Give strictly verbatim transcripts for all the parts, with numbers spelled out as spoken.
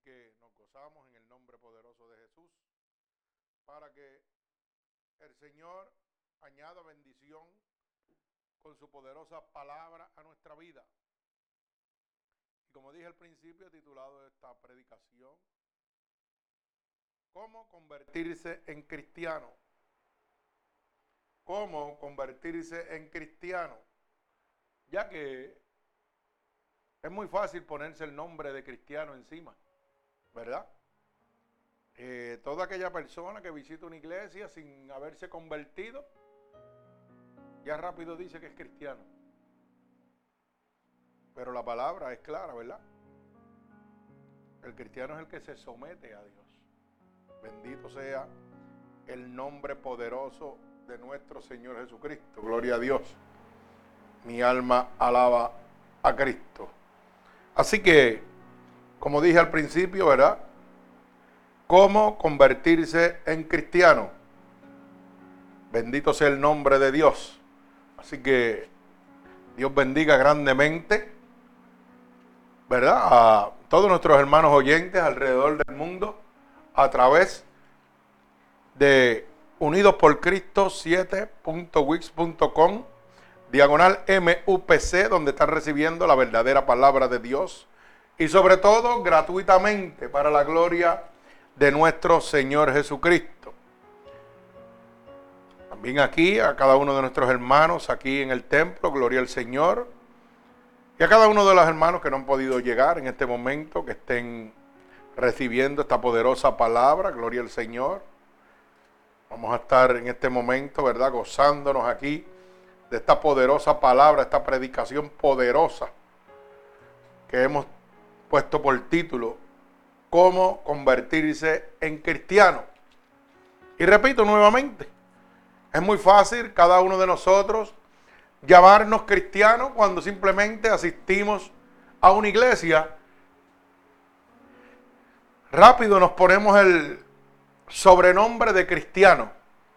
que nos gozamos en el nombre poderoso de Jesús, para que el Señor añada bendición con su poderosa palabra a nuestra vida. Y como dije al principio, he titulado esta predicación, ¿cómo convertirse en cristiano? ¿Cómo convertirse en cristiano? Ya que es muy fácil ponerse el nombre de cristiano encima, ¿verdad? Eh, toda aquella persona que visita una iglesia sin haberse convertido, ya rápido dice que es cristiano. Pero la palabra es clara, ¿verdad? El cristiano es el que se somete a Dios. Bendito sea el nombre poderoso de nuestro Señor Jesucristo. Gloria a Dios. Mi alma alaba a Cristo. Así que, como dije al principio, ¿verdad? ¿Cómo convertirse en cristiano? Bendito sea el nombre de Dios. Así que Dios bendiga grandemente, ¿verdad?, a todos nuestros hermanos oyentes alrededor del mundo a través de Unidos por Cristo siete punto wix punto com, diagonal M U P C, donde están recibiendo la verdadera palabra de Dios y sobre todo gratuitamente para la gloria de nuestro Señor Jesucristo. También aquí a cada uno de nuestros hermanos aquí en el templo, gloria al Señor, y a cada uno de los hermanos que no han podido llegar en este momento, que estén recibiendo esta poderosa palabra, gloria al Señor. Vamos a estar en este momento, ¿verdad?, gozándonos aquí de esta poderosa palabra, esta predicación poderosa que hemos puesto por título, ¿cómo convertirse en cristiano? Y repito nuevamente, es muy fácil cada uno de nosotros llamarnos cristianos cuando simplemente asistimos a una iglesia. Rápido nos ponemos el sobrenombre de cristiano.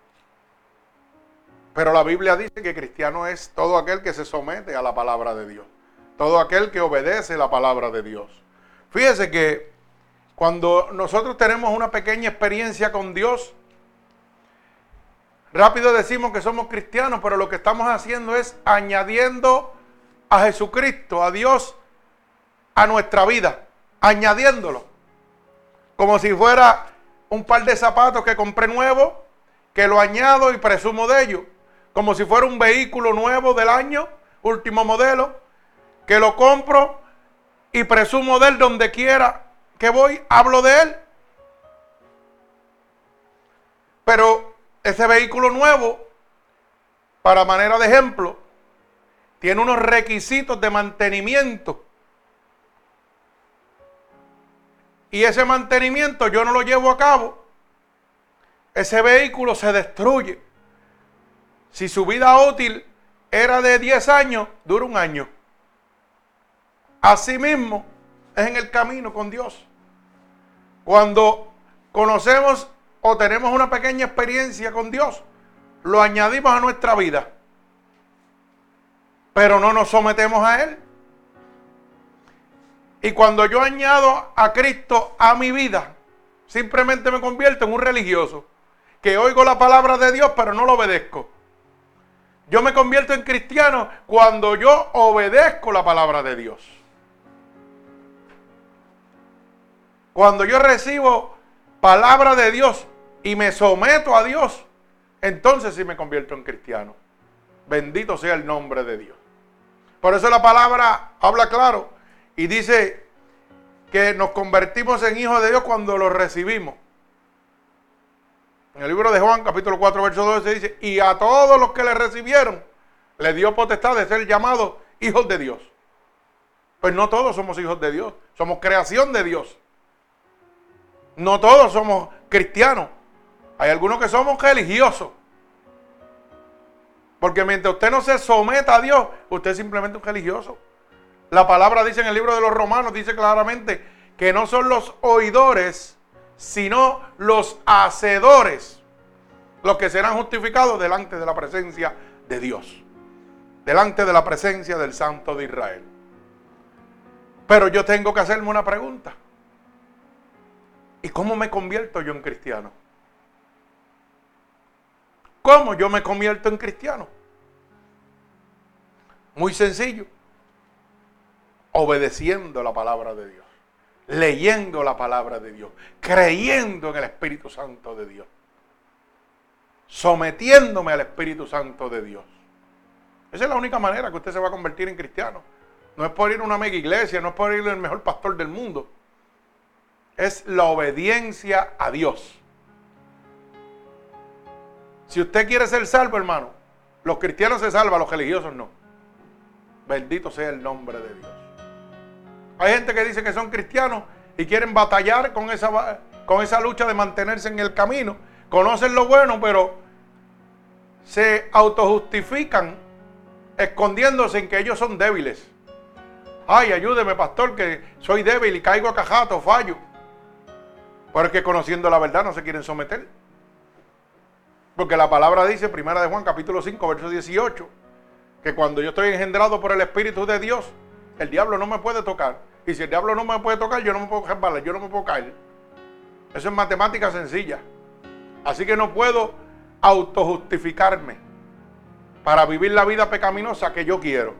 Pero la Biblia dice que cristiano es todo aquel que se somete a la palabra de Dios. Todo aquel que obedece la palabra de Dios. Fíjese que cuando nosotros tenemos una pequeña experiencia con Dios, rápido decimos que somos cristianos, pero lo que estamos haciendo es añadiendo a Jesucristo, a Dios, a nuestra vida. Añadiéndolo. Como si fuera un par de zapatos que compré nuevo, que lo añado y presumo de ello. Como si fuera un vehículo nuevo del año, último modelo, que lo compro y presumo de él donde quiera que voy, hablo de él. Pero ese vehículo nuevo, para manera de ejemplo, tiene unos requisitos de mantenimiento. Y ese mantenimiento yo no lo llevo a cabo, ese vehículo se destruye. Si su vida útil era de diez años, dura un año. Asimismo es en el camino con Dios. Cuando conocemos o tenemos una pequeña experiencia con Dios, lo añadimos a nuestra vida, pero no nos sometemos a Él. Y cuando yo añado a Cristo a mi vida, simplemente me convierto en un religioso, que oigo la palabra de Dios, pero no lo obedezco. Yo me convierto en cristiano cuando yo obedezco la palabra de Dios. Cuando yo recibo palabra de Dios y me someto a Dios, entonces sí me convierto en cristiano. Bendito sea el nombre de Dios. Por eso la palabra habla claro y dice que nos convertimos en hijos de Dios cuando lo recibimos. En el libro de Juan, capítulo cuatro, verso doce, dice, y a todos los que le recibieron, le dio potestad de ser llamados hijos de Dios. Pues no todos somos hijos de Dios, somos creación de Dios. No todos somos cristianos. Hay algunos que somos religiosos. Porque mientras usted no se someta a Dios, usted es simplemente un religioso. La palabra dice en el libro de los Romanos, dice claramente que no son los oidores, sino los hacedores los que serán justificados delante de la presencia de Dios. Delante de la presencia del Santo de Israel. Pero yo tengo que hacerme una pregunta. ¿Y cómo me convierto yo en cristiano? ¿Cómo yo me convierto en cristiano? Muy sencillo. Obedeciendo la palabra de Dios. Leyendo la palabra de Dios. Creyendo en el Espíritu Santo de Dios. Sometiéndome al Espíritu Santo de Dios. Esa es la única manera que usted se va a convertir en cristiano. No es por ir a una mega iglesia, no es por ir al mejor pastor del mundo. Es la obediencia a Dios. Si usted quiere ser salvo, hermano, los cristianos se salvan, los religiosos no. Bendito sea el nombre de Dios. Hay gente que dice que son cristianos y quieren batallar con esa, con esa lucha de mantenerse en el camino. Conocen lo bueno, pero se autojustifican escondiéndose en que ellos son débiles. Ay, ayúdeme, pastor, que soy débil y caigo a cajato, fallo. Porque conociendo la verdad no se quieren someter. Porque la palabra dice, primera de Juan, capítulo cinco, verso dieciocho, que cuando yo estoy engendrado por el Espíritu de Dios, el diablo no me puede tocar. Y si el diablo no me puede tocar, yo no me puedo resbalar, yo no me puedo caer. Eso es matemática sencilla. Así que no puedo autojustificarme para vivir la vida pecaminosa que yo quiero.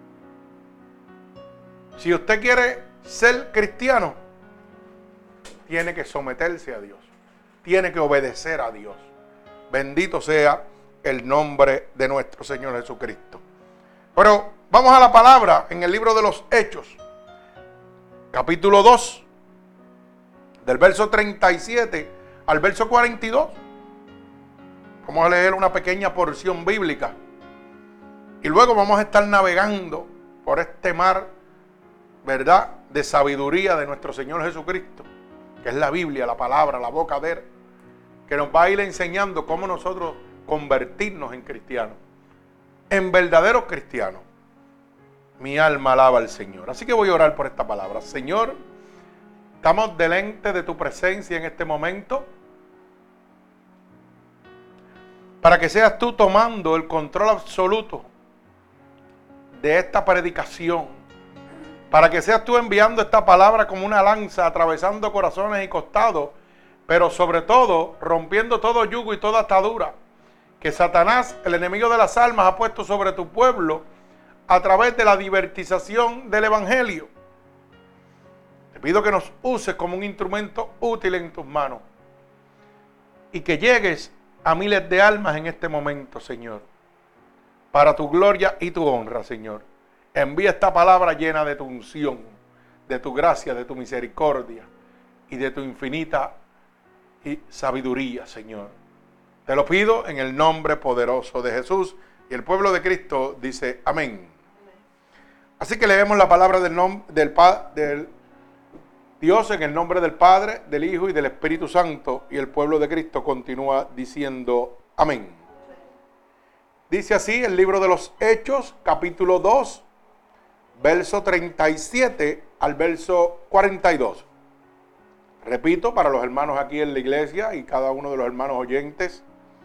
Si usted quiere ser cristiano, tiene que someterse a Dios. Tiene que obedecer a Dios. Bendito sea el nombre de nuestro Señor Jesucristo. Pero vamos a la palabra en el libro de los Hechos, capítulo dos, del verso treinta y siete al verso cuarenta y dos. Vamos a leer una pequeña porción bíblica. Y luego vamos a estar navegando por este mar, ¿verdad?, de sabiduría de nuestro Señor Jesucristo, que es la Biblia, la palabra, la boca de Él, que nos va a ir enseñando cómo nosotros convertirnos en cristianos, en verdaderos cristianos. Mi alma alaba al Señor. Así que voy a orar por esta palabra. Señor, estamos delante de tu presencia en este momento, para que seas tú tomando el control absoluto de esta predicación, para que seas tú enviando esta palabra como una lanza, atravesando corazones y costados, pero sobre todo rompiendo todo yugo y toda atadura que Satanás, el enemigo de las almas, ha puesto sobre tu pueblo a través de la divertización del evangelio. Te pido que nos uses como un instrumento útil en tus manos y que llegues a miles de almas en este momento, Señor, para tu gloria y tu honra, Señor. Envía esta palabra llena de tu unción, de tu gracia, de tu misericordia y de tu infinita y sabiduría, Señor. Te lo pido en el nombre poderoso de Jesús. Y el pueblo de Cristo dice amén. Así que leemos la palabra del, nom- del, pa- del Dios en el nombre del Padre, del Hijo y del Espíritu Santo. Y el pueblo de Cristo continúa diciendo amén. Dice así el libro de los Hechos, capítulo dos, verso treinta y siete al verso cuarenta y dos. Repito, para los hermanos aquí en la iglesia y cada uno de los hermanos oyentes.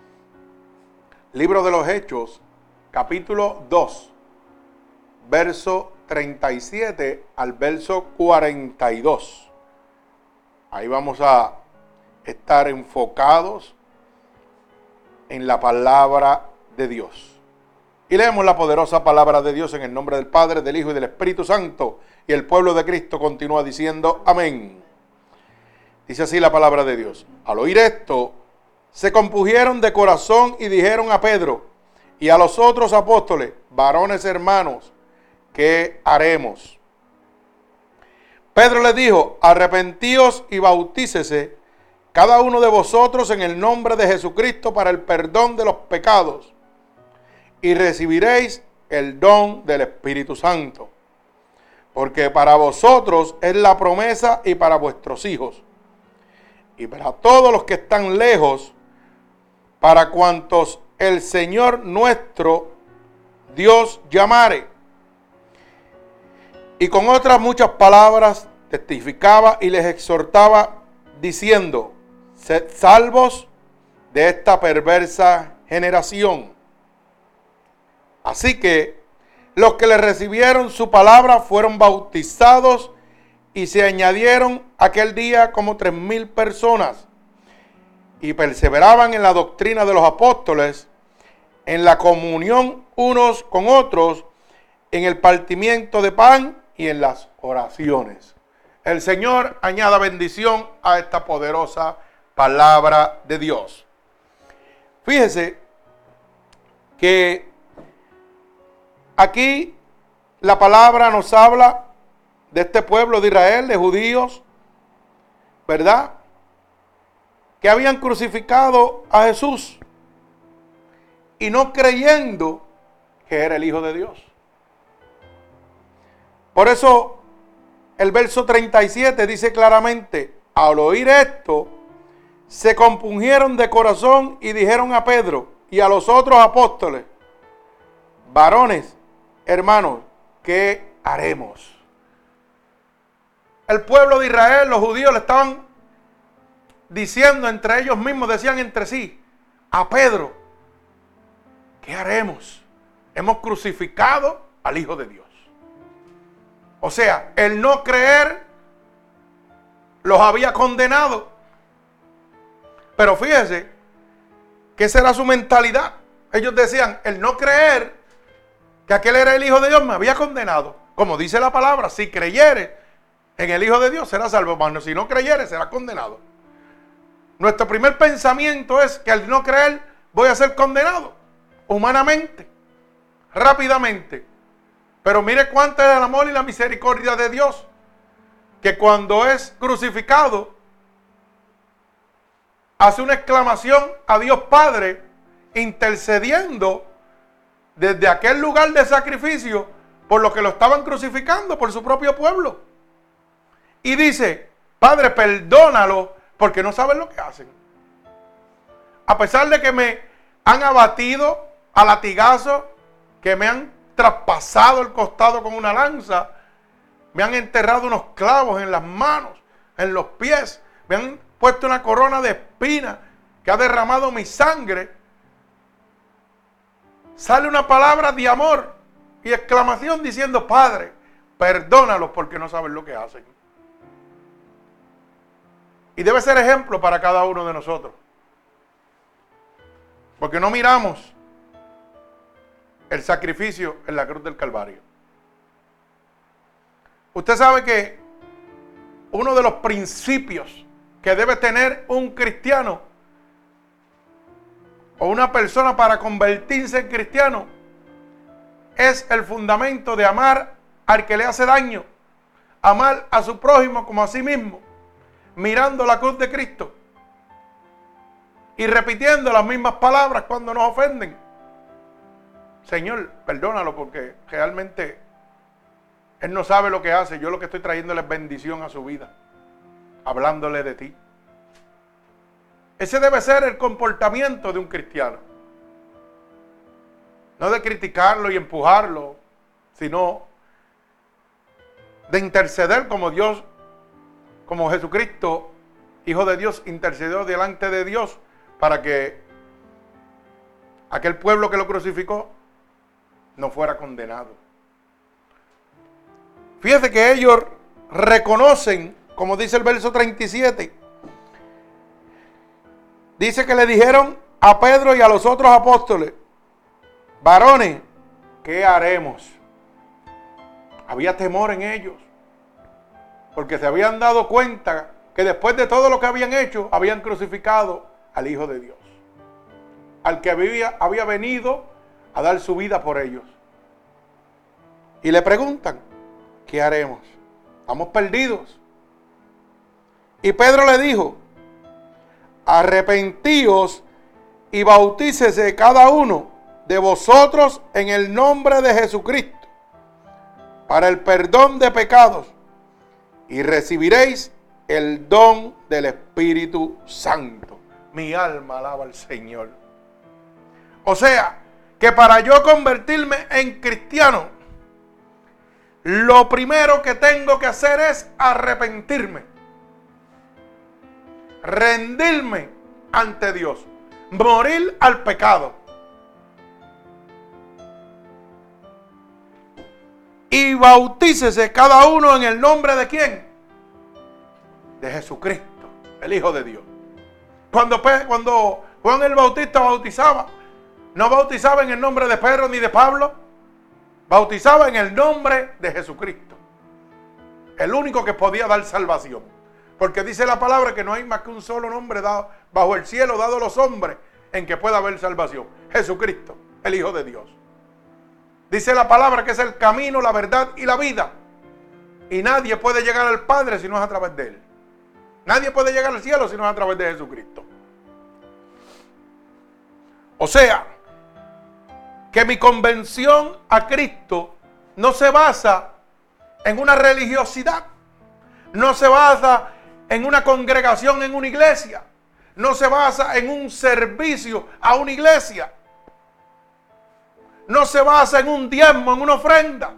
Libro de los Hechos, capítulo dos, verso treinta y siete al verso cuarenta y dos. Ahí vamos a estar enfocados en la palabra de Dios. Y leemos la poderosa palabra de Dios en el nombre del Padre, del Hijo y del Espíritu Santo. Y el pueblo de Cristo continúa diciendo amén. Dice así la palabra de Dios. Al oír esto, se compungieron de corazón y dijeron a Pedro y a los otros apóstoles, varones hermanos, ¿qué haremos? Pedro les dijo, arrepentíos y bautícese cada uno de vosotros en el nombre de Jesucristo para el perdón de los pecados y recibiréis el don del Espíritu Santo. Porque para vosotros es la promesa y para vuestros hijos y para todos los que están lejos, para cuantos el Señor nuestro Dios llamare. Y con otras muchas palabras testificaba y les exhortaba diciendo, sed salvos de esta perversa generación. Así que los que le recibieron su palabra fueron bautizados y se añadieron aquel día como tres mil personas, y perseveraban en la doctrina de los apóstoles, en la comunión unos con otros, en el partimiento de pan y en las oraciones. El Señor añada bendición a esta poderosa palabra de Dios. Fíjese que aquí la palabra nos habla de este pueblo de Israel, de judíos, ¿verdad?, que habían crucificado a Jesús y no creyendo que era el Hijo de Dios. Por eso el verso treinta y siete dice claramente: al oír esto, se compungieron de corazón y dijeron a Pedro y a los otros apóstoles: varones, hermanos, ¿qué haremos? El pueblo de Israel, los judíos, le estaban diciendo entre ellos mismos, decían entre sí, a Pedro: ¿qué haremos? Hemos crucificado al Hijo de Dios. O sea, el no creer los había condenado. Pero fíjese que esa era su mentalidad. Ellos decían, el no creer que aquel era el Hijo de Dios me había condenado. Como dice la palabra, si creyere en el Hijo de Dios será salvo, pero si no creyere será condenado. Nuestro primer pensamiento es que al no creer voy a ser condenado humanamente, rápidamente. Pero mire cuánto es el amor y la misericordia de Dios, que cuando es crucificado hace una exclamación a Dios Padre, intercediendo desde aquel lugar de sacrificio por lo que lo estaban crucificando, por su propio pueblo. Y dice: Padre, perdónalo, porque no saben lo que hacen. A pesar de que me han abatido a latigazos, que me han traspasado el costado con una lanza, me han enterrado unos clavos en las manos, en los pies, me han puesto una corona de espinas que ha derramado mi sangre, sale una palabra de amor y exclamación diciendo: Padre, perdónalos porque no saben lo que hacen. Y debe ser ejemplo para cada uno de nosotros, porque no miramos el sacrificio en la cruz del Calvario. Usted sabe que uno de los principios que debe tener un cristiano o una persona para convertirse en cristiano es el fundamento de amar al que le hace daño, amar a su prójimo como a sí mismo, mirando la cruz de Cristo y repitiendo las mismas palabras cuando nos ofenden. Señor, perdónalo porque realmente Él no sabe lo que hace. Yo lo que estoy trayéndole es bendición a su vida, hablándole de ti. Ese debe ser el comportamiento de un cristiano. No de criticarlo y empujarlo, sino de interceder como Dios, como Jesucristo, Hijo de Dios, intercedió delante de Dios para que aquel pueblo que lo crucificó no fuera condenado. Fíjese que ellos reconocen, como dice el verso treinta y siete, dice que le dijeron a Pedro y a los otros apóstoles: varones, ¿qué haremos? Había temor en ellos, porque se habían dado cuenta que después de todo lo que habían hecho, habían crucificado al Hijo de Dios, al que había, había venido a dar su vida por ellos. Y le preguntan: ¿qué haremos? Estamos perdidos. Y Pedro le dijo: arrepentíos y bautícese cada uno de vosotros en el nombre de Jesucristo para el perdón de pecados, y recibiréis el don del Espíritu Santo. Mi alma alaba al Señor. O sea, que para yo convertirme en cristiano, lo primero que tengo que hacer es arrepentirme, rendirme ante Dios, morir al pecado. Y bautícese cada uno en el nombre de ¿quién? de Jesucristo, el Hijo de Dios. Cuando, cuando Juan el Bautista bautizaba, no bautizaba en el nombre de Pedro ni de Pablo, bautizaba en el nombre de Jesucristo, el único que podía dar salvación. Porque dice la palabra que no hay más que un solo nombre dado bajo el cielo dado a los hombres en que pueda haber salvación: Jesucristo, el Hijo de Dios. Dice la palabra que es el camino, la verdad y la vida. Y nadie puede llegar al Padre si no es a través de Él. Nadie puede llegar al cielo si no es a través de Jesucristo. O sea, que mi convención a Cristo no se basa en una religiosidad, no se basa en una congregación en una iglesia, no se basa en un servicio a una iglesia, no se basa en un diezmo, en una ofrenda.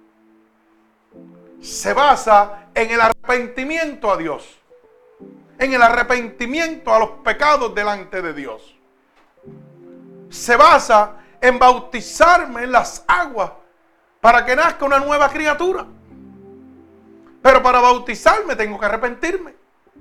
Se basa en el arrepentimiento a Dios, en el arrepentimiento a los pecados delante de Dios. Se basa en bautizarme en las aguas para que nazca una nueva criatura. Pero para bautizarme tengo que arrepentirme.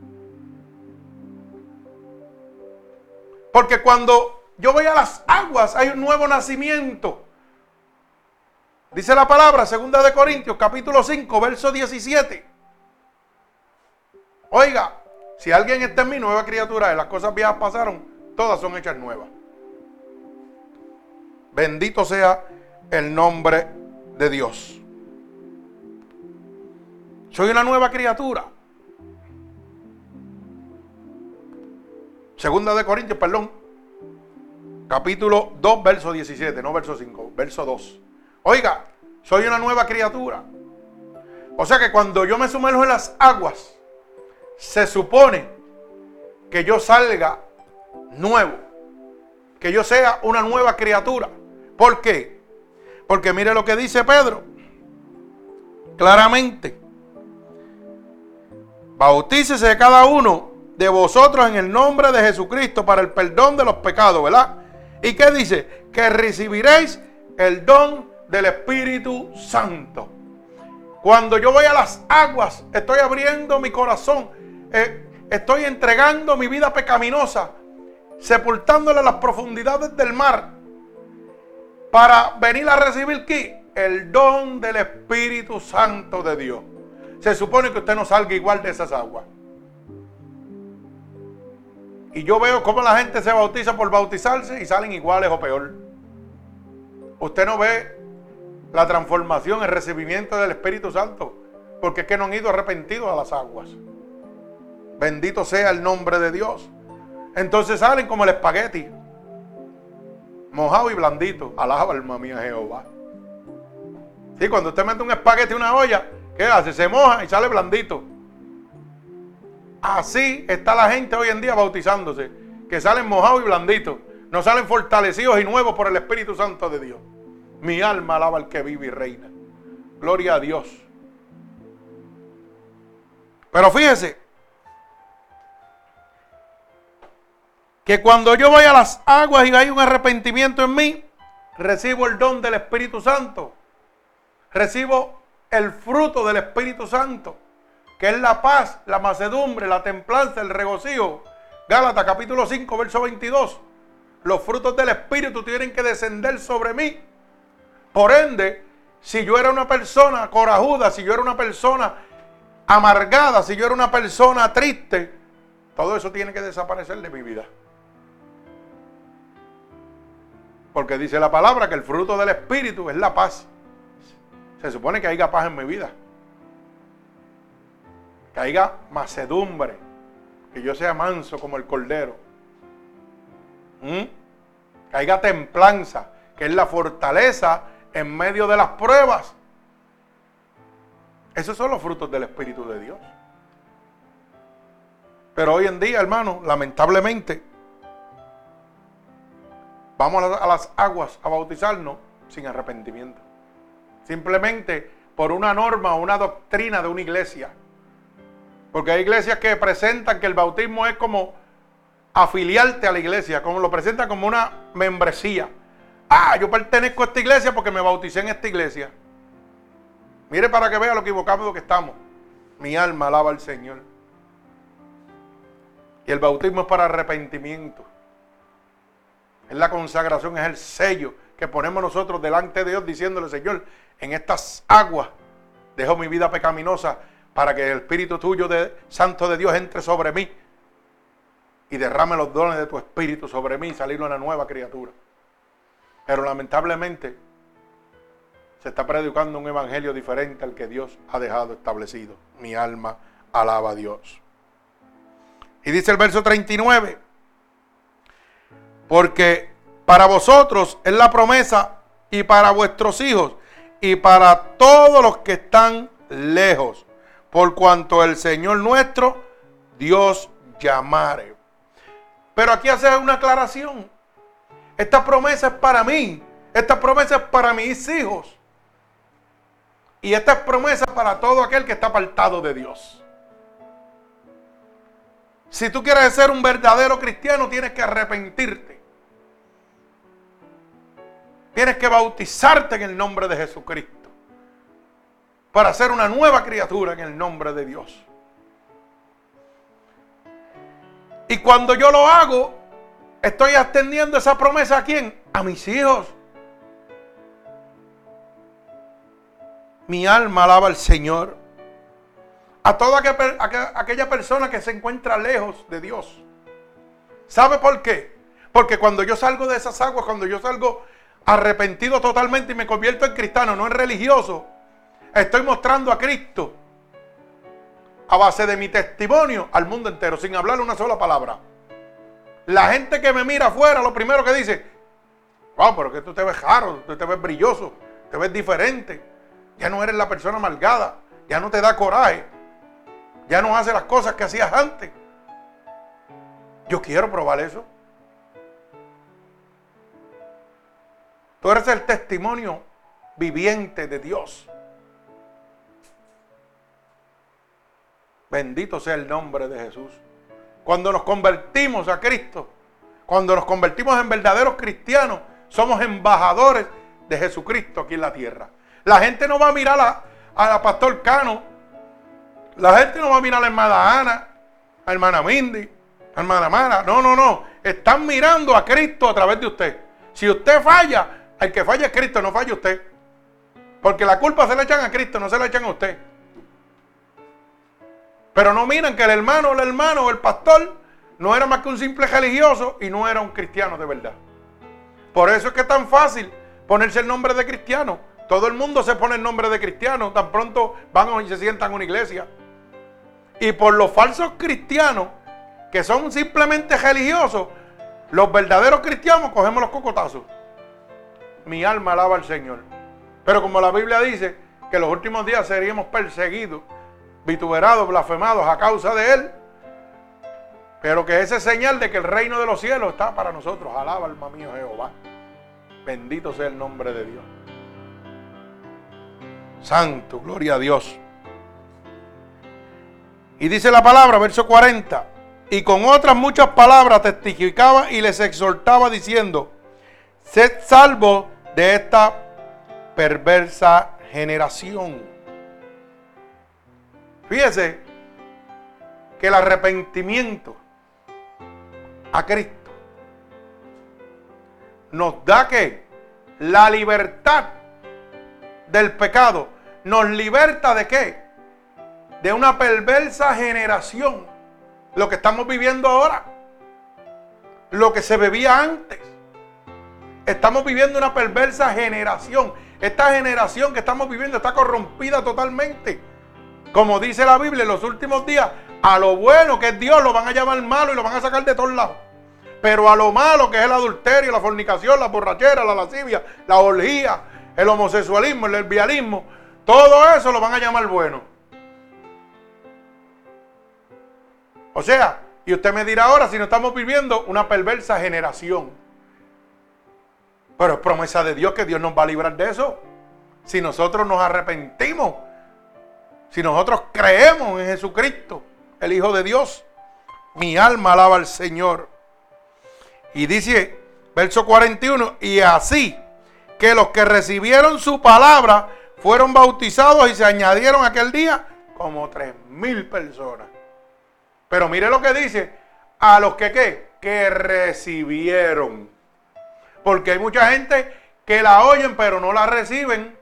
Porque cuando yo voy a las aguas hay un nuevo nacimiento. Dice la palabra, segunda de Corintios, capítulo cinco, verso diecisiete. Oiga, si alguien está en mí, nueva criatura, las cosas viejas pasaron, todas son hechas nuevas. Bendito sea el nombre de Dios. Soy una nueva criatura. Segunda de Corintios, perdón. Capítulo dos, verso diecisiete, no verso cinco, verso dos. Oiga, soy una nueva criatura. O sea que cuando yo me sumerjo en las aguas, se supone que yo salga nuevo, que yo sea una nueva criatura. ¿Por qué? Porque mire lo que dice Pedro, claramente: bautícese cada uno de vosotros en el nombre de Jesucristo para el perdón de los pecados, ¿verdad? ¿Y qué dice? Que recibiréis el don del Espíritu Santo. Cuando yo voy a las aguas, estoy abriendo mi corazón, eh, estoy entregando mi vida pecaminosa, sepultándola en las profundidades del mar, para venir a recibir ¿qué? El don del Espíritu Santo de Dios. Se supone que usted no salga igual de esas aguas. Y yo veo cómo la gente se bautiza por bautizarse y salen iguales o peor. Usted no ve la transformación, el recibimiento del Espíritu Santo, porque es que no han ido arrepentidos a las aguas. Bendito sea el nombre de Dios. Entonces salen como el espagueti, mojado y blandito. Alaba alma mía Jehová. Sí, cuando usted mete un espagueti en una olla, ¿qué hace? Se moja y sale blandito. Así está la gente hoy en día bautizándose, que salen mojados y blanditos, no salen fortalecidos y nuevos por el Espíritu Santo de Dios. Mi alma alaba al que vive y reina. Gloria a Dios. Pero fíjese que cuando yo voy a las aguas y hay un arrepentimiento en mí, recibo el don del Espíritu Santo. Recibo el fruto del Espíritu Santo, que es la paz, la mansedumbre, la templanza, el regocijo. Gálatas capítulo cinco, verso veintidós. Los frutos del Espíritu tienen que descender sobre mí. Por ende, si yo era una persona corajuda, si yo era una persona amargada, si yo era una persona triste, todo eso tiene que desaparecer de mi vida. Porque dice la palabra que el fruto del Espíritu es la paz. Se supone que haya paz en mi vida, que haya mansedumbre, que yo sea manso como el cordero, ¿Mm? que haya templanza, que es la fortaleza en medio de las pruebas. Esos son los frutos del Espíritu de Dios. Pero hoy en día, hermano, lamentablemente, vamos a las aguas a bautizarnos sin arrepentimiento. Simplemente por una norma o una doctrina de una iglesia. Porque hay iglesias que presentan que el bautismo es como afiliarte a la iglesia, como lo presentan como una membresía. Ah, yo pertenezco a esta iglesia porque me bauticé en esta iglesia. Mire para que vea lo equivocado que estamos. Mi alma alaba al Señor. Y el bautismo es para arrepentimiento. Es la consagración, es el sello que ponemos nosotros delante de Dios diciéndole: Señor, en estas aguas dejo mi vida pecaminosa para que el Espíritu tuyo de, Santo de Dios entre sobre mí y derrame los dones de tu Espíritu sobre mí y salir una nueva criatura. Pero lamentablemente se está predicando un evangelio diferente al que Dios ha dejado establecido. Mi alma alaba a Dios. Y dice el verso treinta y nueve: porque para vosotros es la promesa, y para vuestros hijos, y para todos los que están lejos, por cuanto el Señor nuestro Dios llamare. Pero aquí hace una aclaración. Esta promesa es para mí. Esta promesa es para mis hijos. Y esta es promesa para todo aquel que está apartado de Dios. Si tú quieres ser un verdadero cristiano, tienes que arrepentirte. Tienes que bautizarte en el nombre de Jesucristo para ser una nueva criatura en el nombre de Dios. Y cuando yo lo hago, estoy extendiendo esa promesa ¿a quién? A mis hijos. Mi alma alaba al Señor. A toda aquella persona que se encuentra lejos de Dios. ¿Sabe por qué? Porque cuando yo salgo de esas aguas, cuando yo salgo arrepentido totalmente y me convierto en cristiano, no en religioso, estoy mostrando a Cristo a base de mi testimonio al mundo entero, sin hablar una sola palabra. La gente que me mira afuera, lo primero que dice: wow, pero que tú te ves raro, tú te ves brilloso, te ves diferente. Ya no eres la persona amargada, ya no te da coraje, ya no haces las cosas que hacías antes. Yo quiero probar eso. Tú eres el testimonio viviente de Dios. Bendito sea el nombre de Jesús. Cuando nos convertimos a Cristo, cuando nos convertimos en verdaderos cristianos, somos embajadores de Jesucristo aquí en la tierra. La gente no va a mirar a, a la pastor Cano, la gente no va a mirar a la hermana Ana, a la hermana Mindy, a la hermana Mara. No, no, no. Están mirando a Cristo a través de usted. Si usted falla, el que falla es Cristo, no falla usted. Porque la culpa se la echan a Cristo, no se la echan a usted. Pero no miran que el hermano, el hermano o el pastor no era más que un simple religioso y no era un cristiano de verdad. Por eso es que es tan fácil ponerse el nombre de cristiano. Todo el mundo se pone el nombre de cristiano, tan pronto van y se sientan en una iglesia. Y por los falsos cristianos, que son simplemente religiosos, los verdaderos cristianos cogemos los cocotazos. Mi alma alaba al Señor. Pero como la Biblia dice que en los últimos días seríamos perseguidos, vituperados, blasfemados a causa de Él, pero que esa es señal de que el reino de los cielos está para nosotros. Alaba, alma mía, Jehová. Bendito sea el nombre de Dios. Santo, gloria a Dios. Y dice la palabra, verso cuarenta: y con otras muchas palabras testificaba y les exhortaba diciendo: sed salvos de esta perversa generación. Fíjese que el arrepentimiento a Cristo nos da que la libertad del pecado. Nos liberta de qué? De una perversa generación. Lo que estamos viviendo ahora, lo que se bebía antes. Estamos viviendo una perversa generación. Esta generación que estamos viviendo está corrompida totalmente. Como dice la Biblia, en los últimos días, a lo bueno que es Dios lo van a llamar malo y lo van a sacar de todos lados. Pero a lo malo que es el adulterio, la fornicación, la borrachera, la lascivia, la orgía, el homosexualismo, el lesbianismo, todo eso lo van a llamar bueno. O sea, y usted me dirá ahora si no estamos viviendo una perversa generación. Pero es promesa de Dios que Dios nos va a librar de eso. Si nosotros nos arrepentimos, si nosotros creemos en Jesucristo, el Hijo de Dios. Mi alma alaba al Señor. Y dice, verso cuarenta y uno, y así que los que recibieron su palabra fueron bautizados y se añadieron aquel día como tres mil personas. Pero mire lo que dice, a los que ¿qué? Que recibieron. Porque hay mucha gente que la oyen pero no la reciben.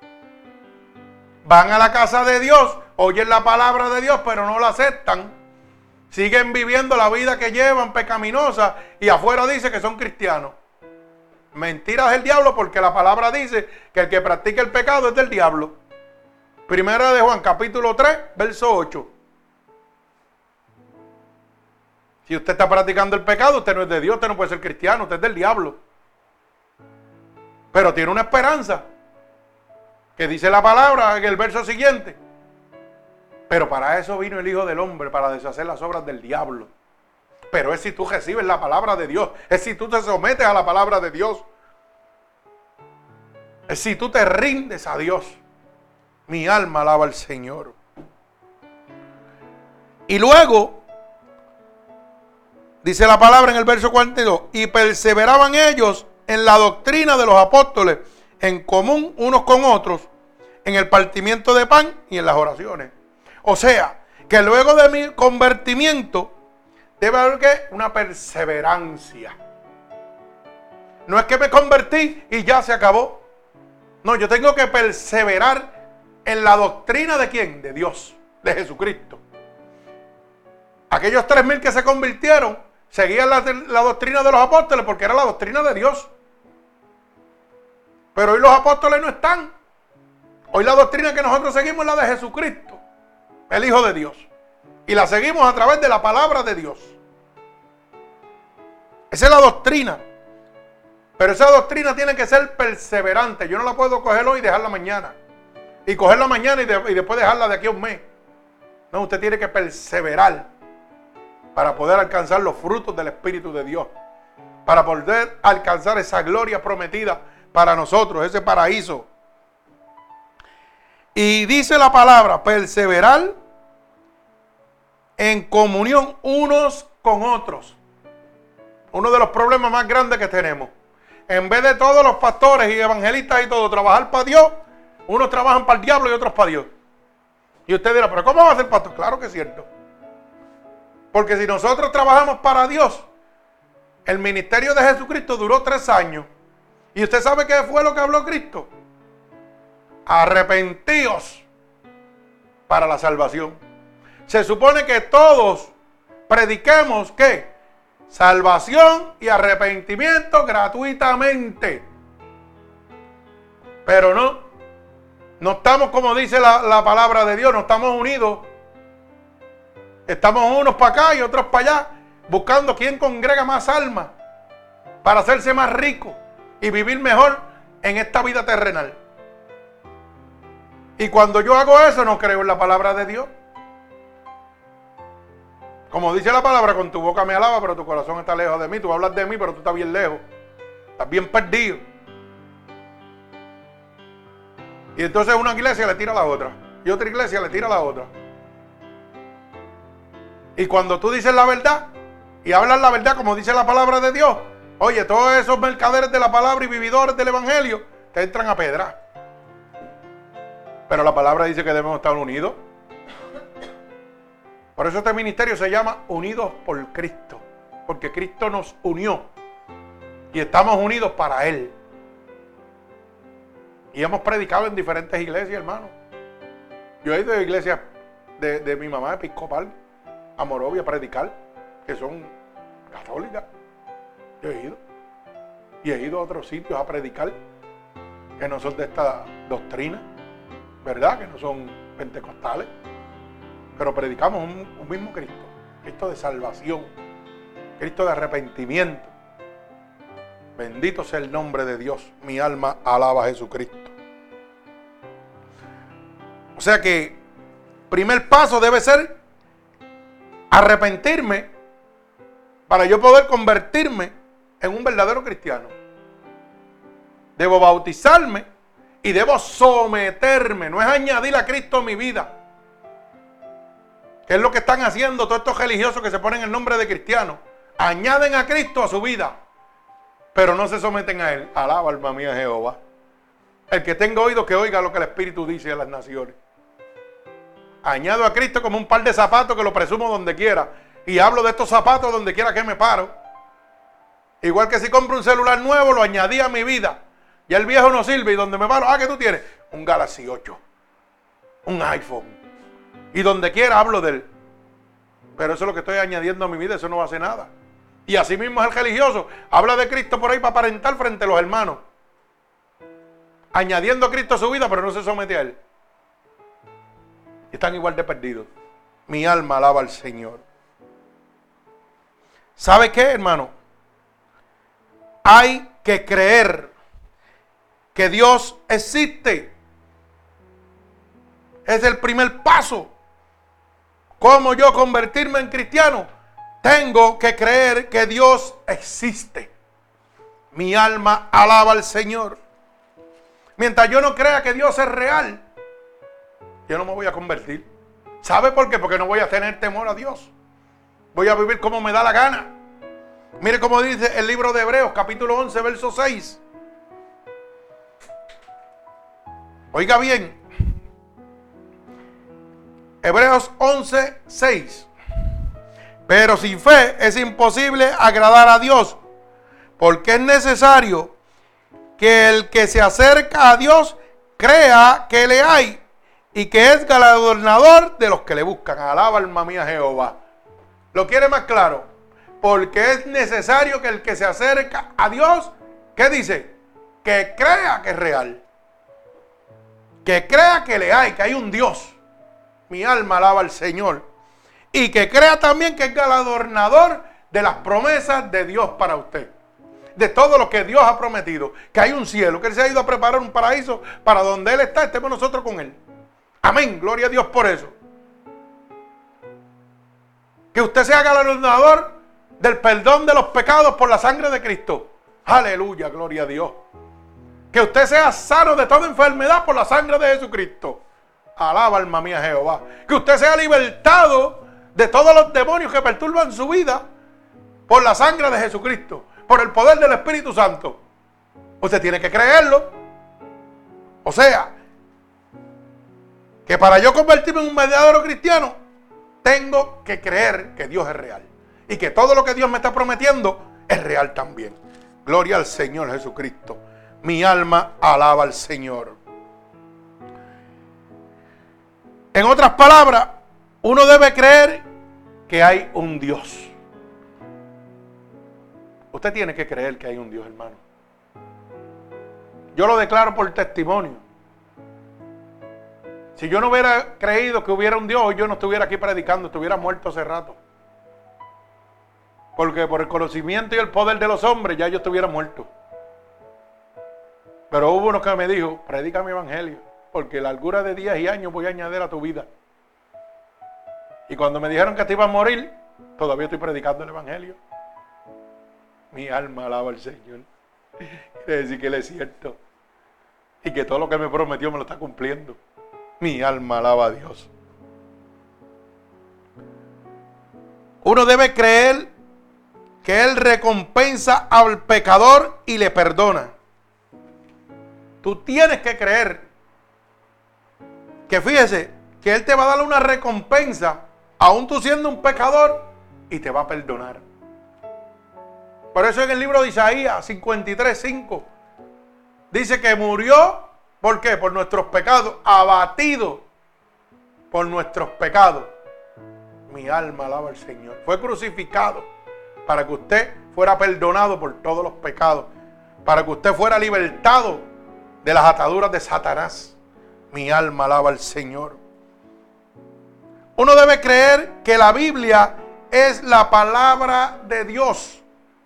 Van a la casa de Dios, oyen la palabra de Dios pero no la aceptan. Siguen viviendo la vida que llevan pecaminosa y afuera dice que son cristianos. Mentiras del diablo, porque la palabra dice que el que practica el pecado es del diablo. Primera de Juan, capítulo tres, verso ocho. Si usted está practicando el pecado, usted no es de Dios, usted no puede ser cristiano, usted es del diablo. Pero tiene una esperanza, que dice la palabra en el verso siguiente. Pero para eso vino el Hijo del Hombre, para deshacer las obras del diablo. Pero es si tú recibes la palabra de Dios, es si tú te sometes a la palabra de Dios, es si tú te rindes a Dios. Mi alma alaba al Señor. Y luego, dice la palabra en el verso cuarenta y dos, y perseveraban ellos en la doctrina de los apóstoles, en común unos con otros, en el partimiento de pan y en las oraciones. O sea, que luego de mi convertimiento, debe haber ¿qué? Una perseverancia. No es que me convertí y ya se acabó. No, yo tengo que perseverar en la doctrina de ¿quién? De Dios, de Jesucristo. Aquellos tres mil que se convirtieron seguían la, la doctrina de los apóstoles porque era la doctrina de Dios. Pero hoy los apóstoles no están. Hoy la doctrina que nosotros seguimos es la de Jesucristo, el Hijo de Dios. Y la seguimos a través de la palabra de Dios. Esa es la doctrina. Pero esa doctrina tiene que ser perseverante. Yo no la puedo coger hoy y dejarla mañana. Y cogerla mañana y, de, y después dejarla de aquí a un mes. No, usted tiene que perseverar para poder alcanzar los frutos del Espíritu de Dios. Para poder alcanzar esa gloria prometida para nosotros, ese paraíso. Y dice la palabra, perseverar en comunión unos con otros. Uno de los problemas más grandes que tenemos. En vez de todos los pastores y evangelistas y todo trabajar para Dios, unos trabajan para el diablo y otros para Dios. Y usted dirá, pero ¿cómo va a ser pastor? Claro que es cierto. Porque si nosotros trabajamos para Dios, el ministerio de Jesucristo duró tres años. ¿Y usted sabe qué fue lo que habló Cristo? Arrepentíos para la salvación. Se supone que todos prediquemos ¿qué? Salvación y arrepentimiento gratuitamente. Pero no, no estamos como dice la, la palabra de Dios, no estamos unidos. Estamos unos para acá y otros para allá, buscando quién congrega más almas para hacerse más rico y vivir mejor en esta vida terrenal. Y cuando yo hago eso, no creo en la palabra de Dios. Como dice la palabra, con tu boca me alaba, pero tu corazón está lejos de mí. Tú hablas de mí, pero tú estás bien lejos. Estás bien perdido. Y entonces una iglesia le tira a la otra. Y otra iglesia le tira a la otra. Y cuando tú dices la verdad, y hablas la verdad como dice la palabra de Dios, oye, todos esos mercaderes de la palabra y vividores del evangelio, te entran a pedra. Pero la palabra dice que debemos estar unidos. Por eso este ministerio se llama Unidos por Cristo. Porque Cristo nos unió. Y estamos unidos para Él. Y hemos predicado en diferentes iglesias, hermano. Yo he ido a iglesias de, de mi mamá episcopal, a Morovia, a predicar, que son católicas. Yo he ido. Y he ido a otros sitios a predicar, que no son de esta doctrina, ¿verdad? Que no son pentecostales. Pero predicamos un, un mismo Cristo. Cristo de salvación. Cristo de arrepentimiento. Bendito sea el nombre de Dios. Mi alma alaba a Jesucristo. O sea que primer paso debe ser arrepentirme para yo poder convertirme en un verdadero cristiano. Debo bautizarme y debo someterme. No es añadir a Cristo a mi vida, que es lo que están haciendo todos estos religiosos que se ponen el nombre de cristianos. Añaden a Cristo a su vida, pero no se someten a Él. Alaba, alma mía, Jehová. El que tenga oído, que oiga lo que el Espíritu dice a las naciones. Añado a Cristo como un par de zapatos que lo presumo donde quiera. Y hablo de estos zapatos donde quiera que me paro. Igual que si compro un celular nuevo, lo añadí a mi vida. Ya el viejo no sirve y donde me paro, ah, ¿qué tú tienes? Un Galaxy ocho. Un iPhone. Y donde quiera hablo de él. Pero eso es lo que estoy añadiendo a mi vida, eso no va a hacer nada. Y así mismo es el religioso. Habla de Cristo por ahí para aparentar frente a los hermanos. Añadiendo a Cristo a su vida, pero no se somete a él. Y están igual de perdidos. Mi alma alaba al Señor. ¿Sabe qué, hermano? Hay que creer que Dios existe. Es el primer paso. ¿Cómo yo convertirme en cristiano? Tengo que creer que Dios existe. Mi alma alaba al Señor. Mientras yo no crea que Dios es real, yo no me voy a convertir. ¿Sabe por qué? Porque no voy a tener temor a Dios. Voy a vivir como me da la gana. Mire cómo dice el libro de Hebreos, capítulo once, verso seis. Oiga bien. Hebreos once, seis. Pero sin fe es imposible agradar a Dios, porque es necesario que el que se acerca a Dios crea que le hay y que es galardonador de los que le buscan. Alaba alma mía Jehová. ¿Lo quiere más claro? Porque es necesario que el que se acerca a Dios, ¿qué dice? Que crea que es real. Que crea que le hay, que hay un Dios. Mi alma alaba al Señor. Y que crea también que es galardonador de las promesas de Dios para usted. De todo lo que Dios ha prometido. Que hay un cielo, que Él se ha ido a preparar un paraíso para donde Él está, estemos nosotros con Él. Amén, gloria a Dios por eso. Que usted sea galardonador del perdón de los pecados por la sangre de Cristo. Aleluya, gloria a Dios. Que usted sea sano de toda enfermedad por la sangre de Jesucristo. Alaba alma mía Jehová. Que usted sea libertado de todos los demonios que perturban su vida por la sangre de Jesucristo, por el poder del Espíritu Santo. Usted tiene que creerlo. O sea, que para yo convertirme en un verdadero cristiano, tengo que creer que Dios es real. Y que todo lo que Dios me está prometiendo es real también. Gloria al Señor Jesucristo. Mi alma alaba al Señor. En otras palabras, uno debe creer que hay un Dios. Usted tiene que creer que hay un Dios, hermano. Yo lo declaro por testimonio. Si yo no hubiera creído que hubiera un Dios, yo no estuviera aquí predicando, estuviera muerto hace rato. Porque por el conocimiento y el poder de los hombres ya yo estuviera muerto. Pero hubo uno que me dijo, predica mi evangelio, porque la largura de días y años voy a añadir a tu vida. Y cuando me dijeron que te iba a morir, todavía estoy predicando el evangelio. Mi alma alaba al Señor. Quiere decir que Él es cierto. Y que todo lo que me prometió me lo está cumpliendo. Mi alma alaba a Dios. Uno debe creer que Él recompensa al pecador y le perdona. Tú tienes que creer que, fíjese, que Él te va a dar una recompensa aún tú siendo un pecador y te va a perdonar. Por eso en el libro de Isaías cincuenta y tres, cinco dice que murió, ¿por qué? Por nuestros pecados, abatido por nuestros pecados. Mi alma alaba al Señor. Fue crucificado para que usted fuera perdonado por todos los pecados, para que usted fuera libertado de las ataduras de Satanás. Mi alma alaba al Señor. Uno debe creer que la Biblia es la palabra de Dios.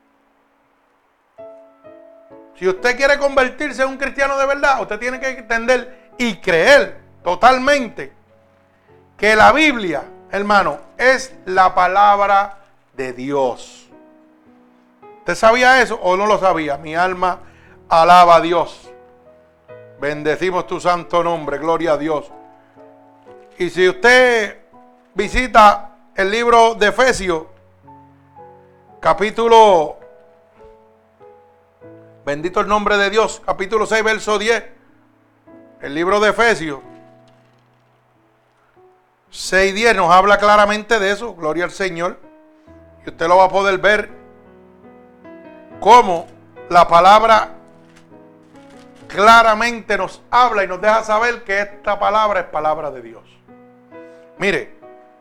Si usted quiere convertirse en un cristiano de verdad, usted tiene que entender y creer totalmente que la Biblia, hermano, es la palabra de Dios. ¿Usted sabía eso o no lo sabía? Mi alma alaba a Dios. Bendecimos tu santo nombre, gloria a Dios. Y si usted visita el libro de Efesios, capítulo, bendito el nombre de Dios, capítulo seis, verso diez, el libro de Efesios seis diez nos habla claramente de eso, gloria al Señor. Y usted lo va a poder ver cómo la palabra claramente nos habla y nos deja saber que esta palabra es palabra de Dios. Mire,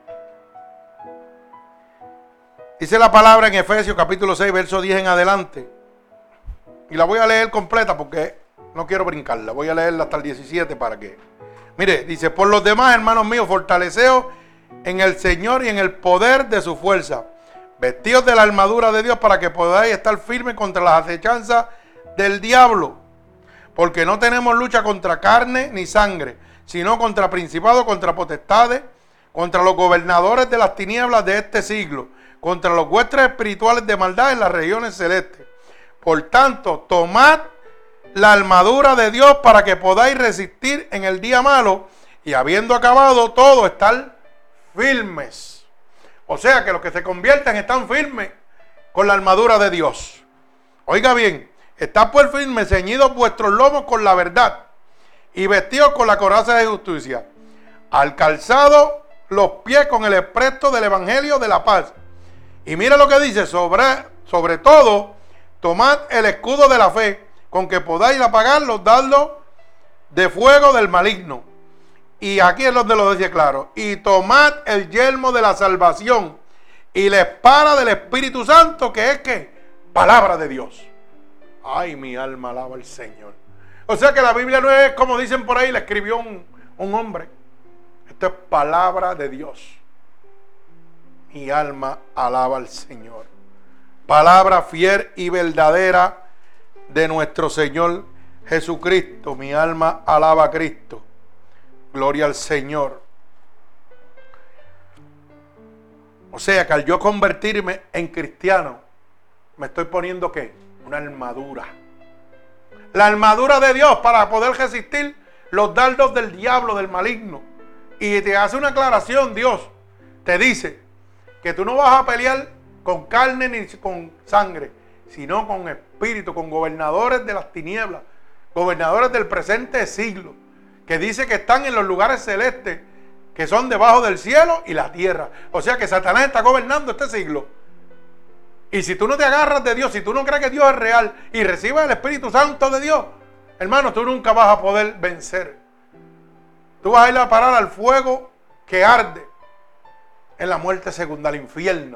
dice la palabra en Efesios capítulo seis, verso diez en adelante. Y la voy a leer completa porque no quiero brincarla. Voy a leerla hasta el diecisiete para que... Mire, dice, por los demás, hermanos míos, fortaleceos en el Señor y en el poder de su fuerza. Vestidos de la armadura de Dios para que podáis estar firmes contra las acechanzas del diablo. Porque no tenemos lucha contra carne ni sangre, sino contra principados, contra potestades, contra los gobernadores de las tinieblas de este siglo, contra los huestes espirituales de maldad en las regiones celestes. Por tanto, tomad la armadura de Dios para que podáis resistir en el día malo y habiendo acabado todo, estar firmes. O sea que los que se convierten están firmes con la armadura de Dios. Oiga bien, estad pues firmes, ceñidos vuestros lomos con la verdad y vestidos con la coraza de justicia, al calzado los pies con el espresto del evangelio de la paz. Y mira lo que dice, sobre, sobre todo, tomad el escudo de la fe, con que podáis apagar los dardos de fuego del maligno. Y aquí es donde lo dice claro. Y tomad el yelmo de la salvación y la espada del Espíritu Santo, que es que palabra de Dios. Ay, mi alma alaba al Señor. O sea que la Biblia no es como dicen por ahí, la escribió un, un hombre. Esto es palabra de Dios. Mi alma alaba al Señor. Palabra fiel y verdadera de nuestro Señor Jesucristo. Mi alma alaba a Cristo. Gloria al Señor. O sea que al yo convertirme en cristiano, me estoy poniendo ¿qué? Una armadura. La armadura de Dios para poder resistir los dardos del diablo, del maligno. Y te hace una aclaración, Dios. Te dice que tú no vas a pelear con carne ni con sangre, sino con espíritu, con gobernadores de las tinieblas, gobernadores del presente siglo, que dice que están en los lugares celestes, que son debajo del cielo y la tierra. O sea que Satanás está gobernando este siglo. Y si tú no te agarras de Dios, si tú no crees que Dios es real y recibes el Espíritu Santo de Dios, hermano, tú nunca vas a poder vencer. Tú vas a ir a parar al fuego que arde en la muerte segunda, al infierno.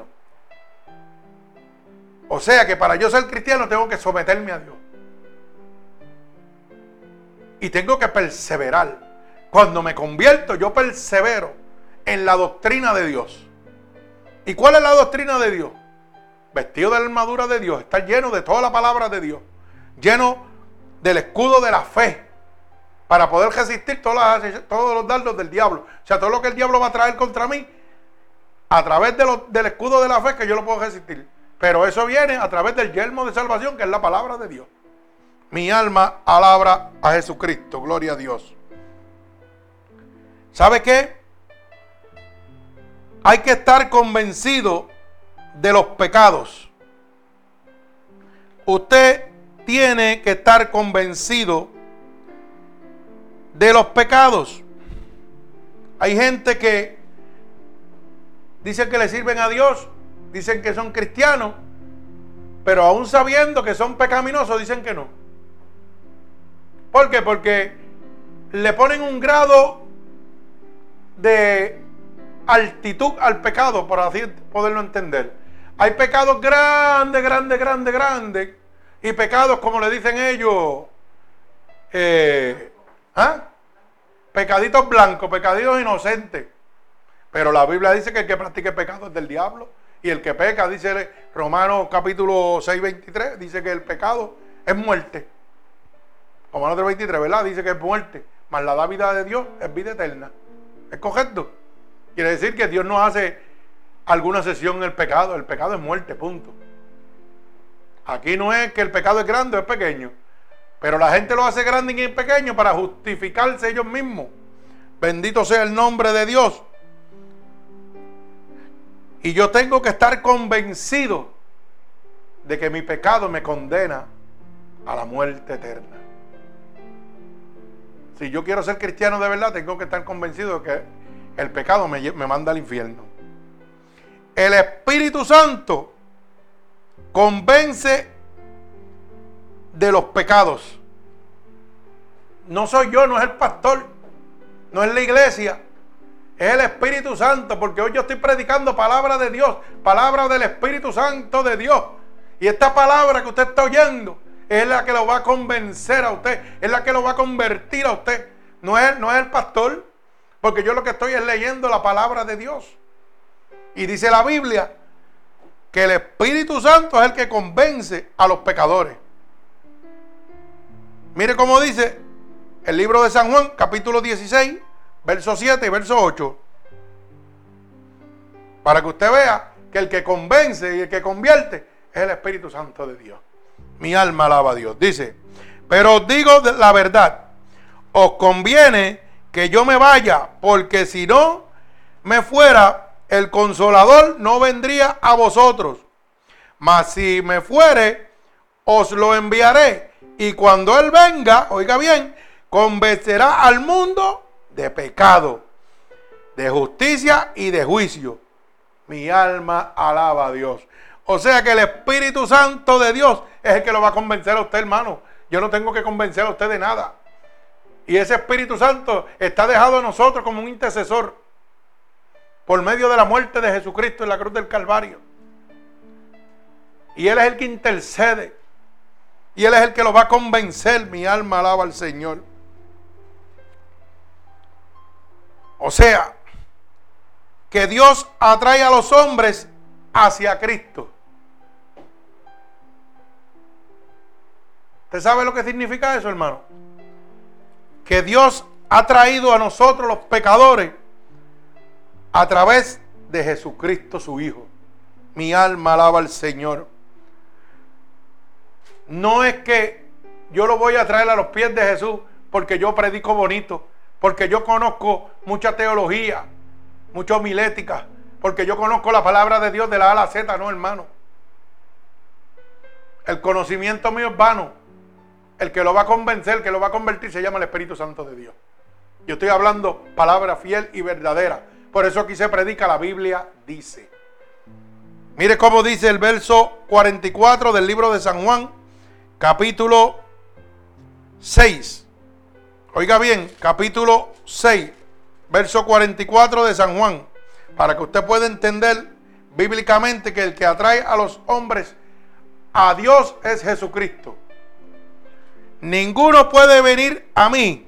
O sea que para yo ser cristiano tengo que someterme a Dios. Y tengo que perseverar. Cuando me convierto, yo persevero en la doctrina de Dios. ¿Y cuál es la doctrina de Dios? Vestido de la armadura de Dios, estar lleno de toda la palabra de Dios, lleno del escudo de la fe, para poder resistir todas las, todos los dardos del diablo. O sea, todo lo que el diablo va a traer contra mí, a través de lo, del escudo de la fe, que yo lo puedo resistir. Pero eso viene a través del yelmo de salvación, que es la palabra de Dios. Mi alma alaba a Jesucristo, gloria a Dios. ¿Sabe qué? Hay que estar convencido de los pecados. Usted tiene que estar convencido de los pecados. Hay gente que dicen que le sirven a Dios, dicen que son cristianos, pero aún sabiendo que son pecaminosos, dicen que no. ¿Por qué? Porque le ponen un grado de altitud al pecado, por así poderlo entender. Hay pecados grandes, grandes, grandes, grandes, y pecados, como le dicen ellos, eh, ¿ah? pecaditos blancos, pecaditos inocentes. Pero la Biblia dice que el que practique pecado es del diablo. Y el que peca, dice Romanos capítulo seis, veintitrés, dice que el pecado es muerte. Romanos tres, veintitrés, ¿verdad? Dice que es muerte. Mas la da vida de Dios es vida eterna. ¿Es correcto? Quiere decir que Dios no hace alguna sesión en el pecado. El pecado es muerte, punto. Aquí no es que el pecado es grande o es pequeño. Pero la gente lo hace grande y pequeño para justificarse ellos mismos. Bendito sea el nombre de Dios. Y yo tengo que estar convencido de que mi pecado me condena a la muerte eterna. Si yo quiero ser cristiano de verdad, tengo que estar convencido de que el pecado me, me manda al infierno. el Espíritu Santo convence de los pecados. No soy yo, no es el pastor, no es la iglesia, es el Espíritu Santo, porque hoy yo estoy predicando palabra de Dios, palabra del Espíritu Santo de Dios. Y esta palabra que usted está oyendo es la que lo va a convencer a usted, es la que lo va a convertir a usted. No es, no es el pastor, porque yo lo que estoy es leyendo la palabra de Dios. Y dice la Biblia que el Espíritu Santo es el que convence a los pecadores. Mire cómo dice el libro de San Juan, capítulo dieciséis, verso siete y verso ocho. Para que usted vea que el que convence y el que convierte es el Espíritu Santo de Dios. Mi alma alaba a Dios. Dice, pero os digo la verdad, os conviene que yo me vaya, porque si no me fuera, el Consolador no vendría a vosotros. Mas si me fuere, os lo enviaré. Y cuando Él venga, oiga bien, convencerá al mundo de pecado, de justicia y de juicio. Mi alma alaba a Dios. O sea que el Espíritu Santo de Dios es el que lo va a convencer a usted, hermano. Yo no tengo que convencer a usted de nada. Y ese Espíritu Santo está dejado a nosotros como un intercesor por medio de la muerte de Jesucristo en la cruz del Calvario. Y Él es el que intercede. Y Él es el que lo va a convencer. Mi alma alaba al Señor. O sea, que Dios atrae a los hombres hacia Cristo. ¿Usted sabe lo que significa eso, hermano? Que Dios ha traído a nosotros los pecadores a través de Jesucristo su Hijo. Mi alma alaba al Señor. No es que yo lo voy a traer a los pies de Jesús porque yo predico bonito, porque yo conozco mucha teología, mucha homilética, porque yo conozco la palabra de Dios de la A a la Z. No, hermano. El conocimiento mío es vano. El que lo va a convencer, el que lo va a convertir, se llama el Espíritu Santo de Dios. Yo estoy hablando palabra fiel y verdadera. Por eso aquí se predica, la Biblia dice. Mire cómo dice el verso cuarenta y cuatro del libro de San Juan, capítulo seis. Oiga bien, capítulo seis, verso cuarenta y cuatro de San Juan. Para que usted pueda entender bíblicamente que el que atrae a los hombres a Dios es Jesucristo. Ninguno puede venir a mí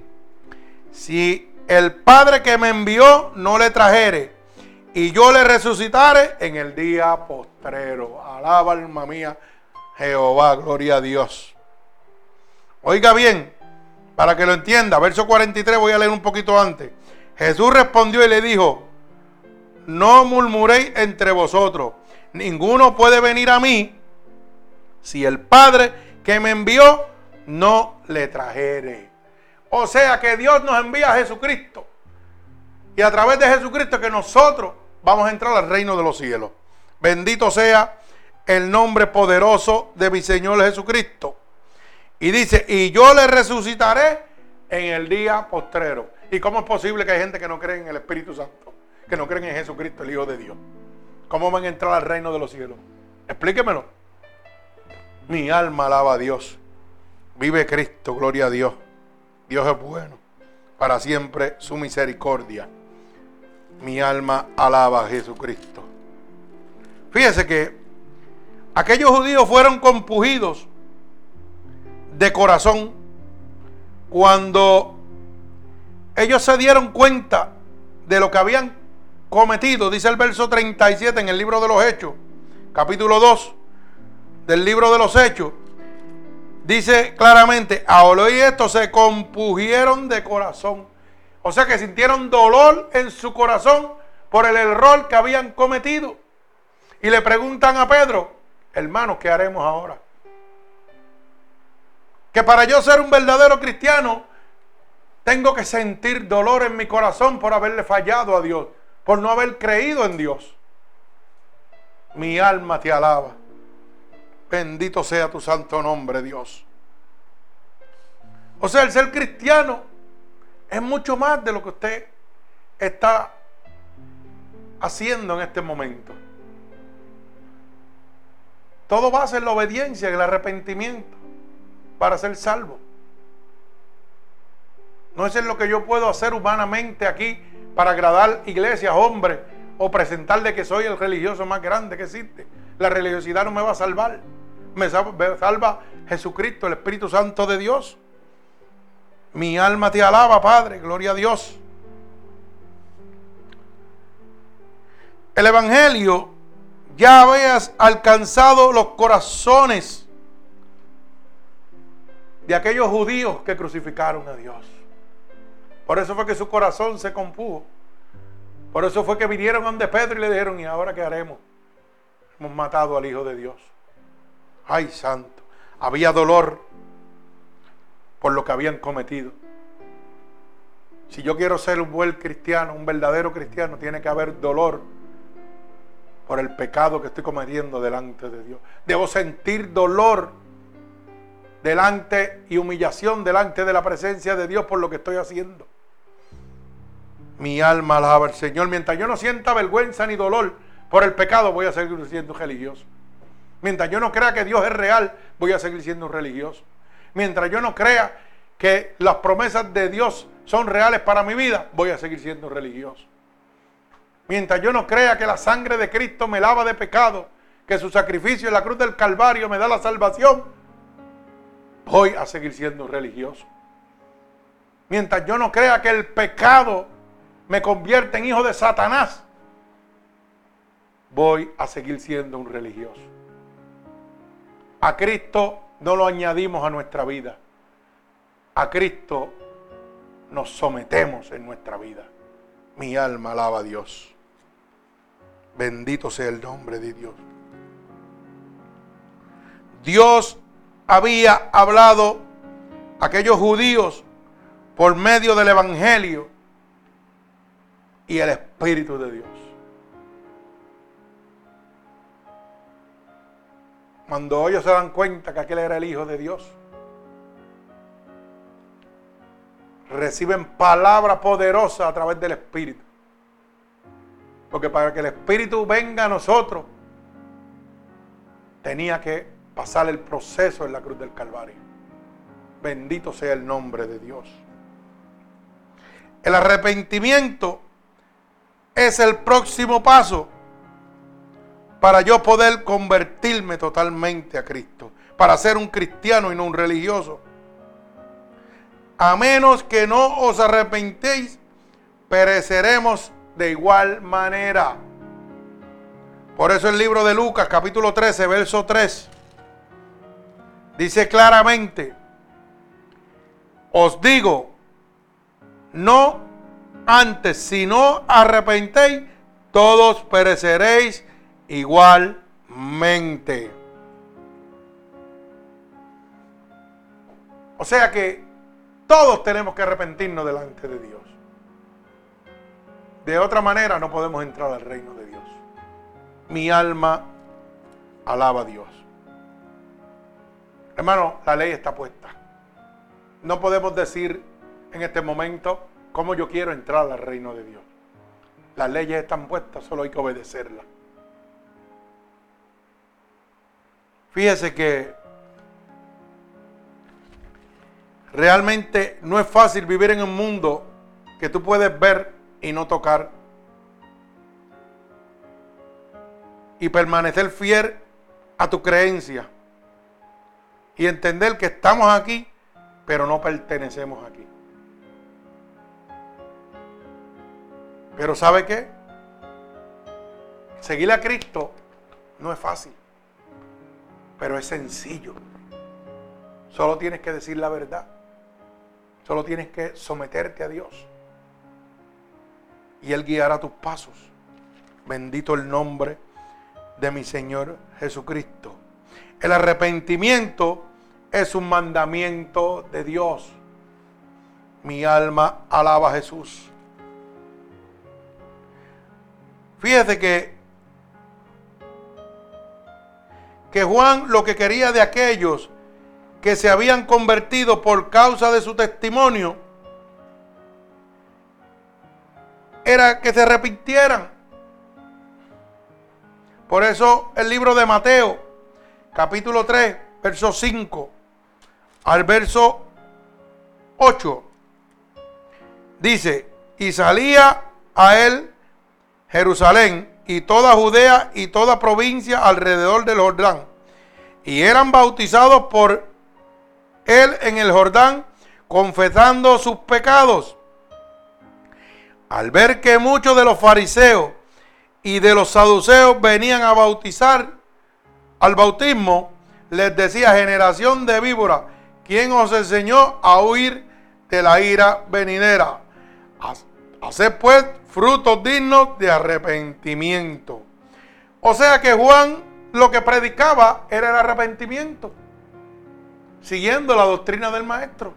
si el Padre que me envió no le trajere, y yo le resucitare en el día postrero. Alaba, alma mía, Jehová, gloria a Dios. Oiga bien, para que lo entienda, verso cuarenta y tres, voy a leer un poquito antes. Jesús respondió y le dijo, no murmuréis entre vosotros, ninguno puede venir a mí si el Padre que me envió no le trajere. O sea que Dios nos envía a Jesucristo, y a través de Jesucristo que nosotros vamos a entrar al reino de los cielos. Bendito sea el nombre poderoso de mi Señor Jesucristo. Y dice, y yo le resucitaré en el día postrero. ¿Y cómo es posible que hay gente que no cree en el Espíritu Santo, que no creen en Jesucristo, el Hijo de Dios? ¿Cómo van a entrar al reino de los cielos? Explíquemelo. Mi alma alaba a Dios. Vive Cristo, gloria a Dios. Dios es bueno, para siempre su misericordia. Mi alma alaba a Jesucristo. Fíjese que aquellos judíos fueron compungidos de corazón cuando ellos se dieron cuenta de lo que habían cometido. Dice el verso treinta y siete en el libro de los Hechos, capítulo dos del libro de los Hechos. Dice claramente, al oír esto se compungieron de corazón. O sea que sintieron dolor en su corazón por el error que habían cometido. Y le preguntan a Pedro, hermanos, ¿qué haremos ahora? Que para yo ser un verdadero cristiano, tengo que sentir dolor en mi corazón por haberle fallado a Dios, por no haber creído en Dios. Mi alma te alaba. Bendito sea tu santo nombre, Dios. O sea, el ser cristiano es mucho más de lo que usted está haciendo en este momento. todo basa en la obediencia, en el arrepentimiento, para ser salvo. No es en lo que yo puedo hacer humanamente aquí para agradar iglesias, hombres, o presentar de que soy el religioso más grande que existe. La religiosidad no me va a salvar. Me salva Jesucristo, el Espíritu Santo de Dios. Mi alma te alaba, Padre, gloria a Dios. El Evangelio ya habías alcanzado los corazones de aquellos judíos que crucificaron a Dios. Por eso fue que su corazón se compuso. Por eso fue que vinieron donde Pedro y le dijeron: ¿y ahora qué haremos? Hemos matado al Hijo de Dios. Ay, santo. Había dolor por lo que habían cometido. Si yo quiero ser un buen cristiano, un verdadero cristiano, tiene que haber dolor por el pecado que estoy cometiendo delante de Dios. Debo sentir dolor delante y humillación delante de la presencia de Dios por lo que estoy haciendo. Mi alma alaba al Señor. Mientras yo no sienta vergüenza ni dolor por el pecado, voy a seguir siendo religioso. Mientras yo no crea que Dios es real, voy a seguir siendo religioso. Mientras yo no crea que las promesas de Dios son reales para mi vida, voy a seguir siendo religioso. Mientras yo no crea que la sangre de Cristo me lava de pecado, que su sacrificio en la cruz del Calvario me da la salvación, voy a seguir siendo religioso. Mientras yo no crea que el pecado me convierte en hijo de Satanás, voy a seguir siendo un religioso. A Cristo no lo añadimos a nuestra vida. A Cristo nos sometemos en nuestra vida. Mi alma alaba a Dios. Bendito sea el nombre de Dios. Dios había hablado a aquellos judíos por medio del Evangelio y el Espíritu de Dios. Cuando ellos se dan cuenta que aquel era el Hijo de Dios, reciben palabra poderosa a través del Espíritu. Porque para que el Espíritu venga a nosotros, tenía que pasar el proceso en la cruz del Calvario. Bendito sea el nombre de Dios. El arrepentimiento es el próximo paso para yo poder convertirme totalmente a Cristo, para ser un cristiano y no un religioso. A menos que no os arrepentéis, pereceremos de igual manera. Por eso el libro de Lucas, capítulo trece, verso tres, dice claramente: os digo, no antes, si no arrepentéis, todos pereceréis igualmente. O sea que todos tenemos que arrepentirnos delante de Dios. De otra manera no podemos entrar al reino de Dios. Mi alma alaba a Dios. Hermano, la ley está puesta. No podemos decir en este momento cómo yo quiero entrar al reino de Dios. Las leyes están puestas, solo hay que obedecerlas. Fíjese que realmente no es fácil vivir en un mundo que tú puedes ver y no tocar, y permanecer fiel a tu creencia y entender que estamos aquí pero no pertenecemos aquí. Pero ¿sabe qué? Seguir a Cristo no es fácil, pero es sencillo. Solo tienes que decir la verdad. Solo tienes que someterte a Dios y Él guiará tus pasos. Bendito el nombre de mi Señor Jesucristo. El arrepentimiento es un mandamiento de Dios. Mi alma alaba a Jesús. Fíjese que, que Juan lo que quería de aquellos que se habían convertido por causa de su testimonio era que se arrepintieran. Por eso el libro de Mateo, capítulo tres, verso cinco al verso ocho. Dice, y salía a él Jerusalén y toda Judea y toda provincia alrededor del Jordán, y eran bautizados por él en el Jordán, confesando sus pecados. Al ver que muchos de los fariseos y de los saduceos venían a bautizar al bautismo, les decía, generación de víboras, ¿quién os enseñó a huir de la ira venidera? Haced pues frutos dignos de arrepentimiento. O sea que Juan lo que predicaba era el arrepentimiento, siguiendo la doctrina del maestro.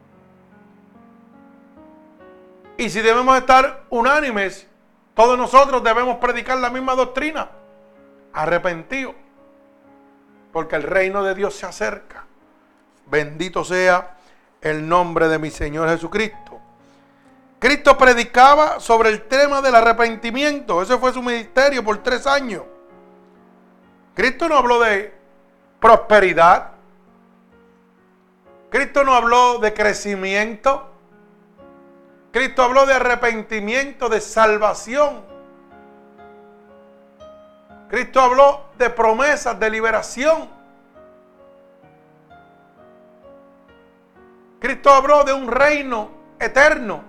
Y si debemos estar unánimes, todos nosotros debemos predicar la misma doctrina, arrepentido, porque el reino de Dios se acerca. Bendito sea el nombre de mi Señor Jesucristo. Cristo predicaba sobre el tema del arrepentimiento. Ese fue su ministerio por tres años. Cristo no habló de prosperidad. Cristo no habló de crecimiento. Cristo habló de arrepentimiento, de salvación. Cristo habló de promesas, de liberación. Cristo habló de un reino eterno.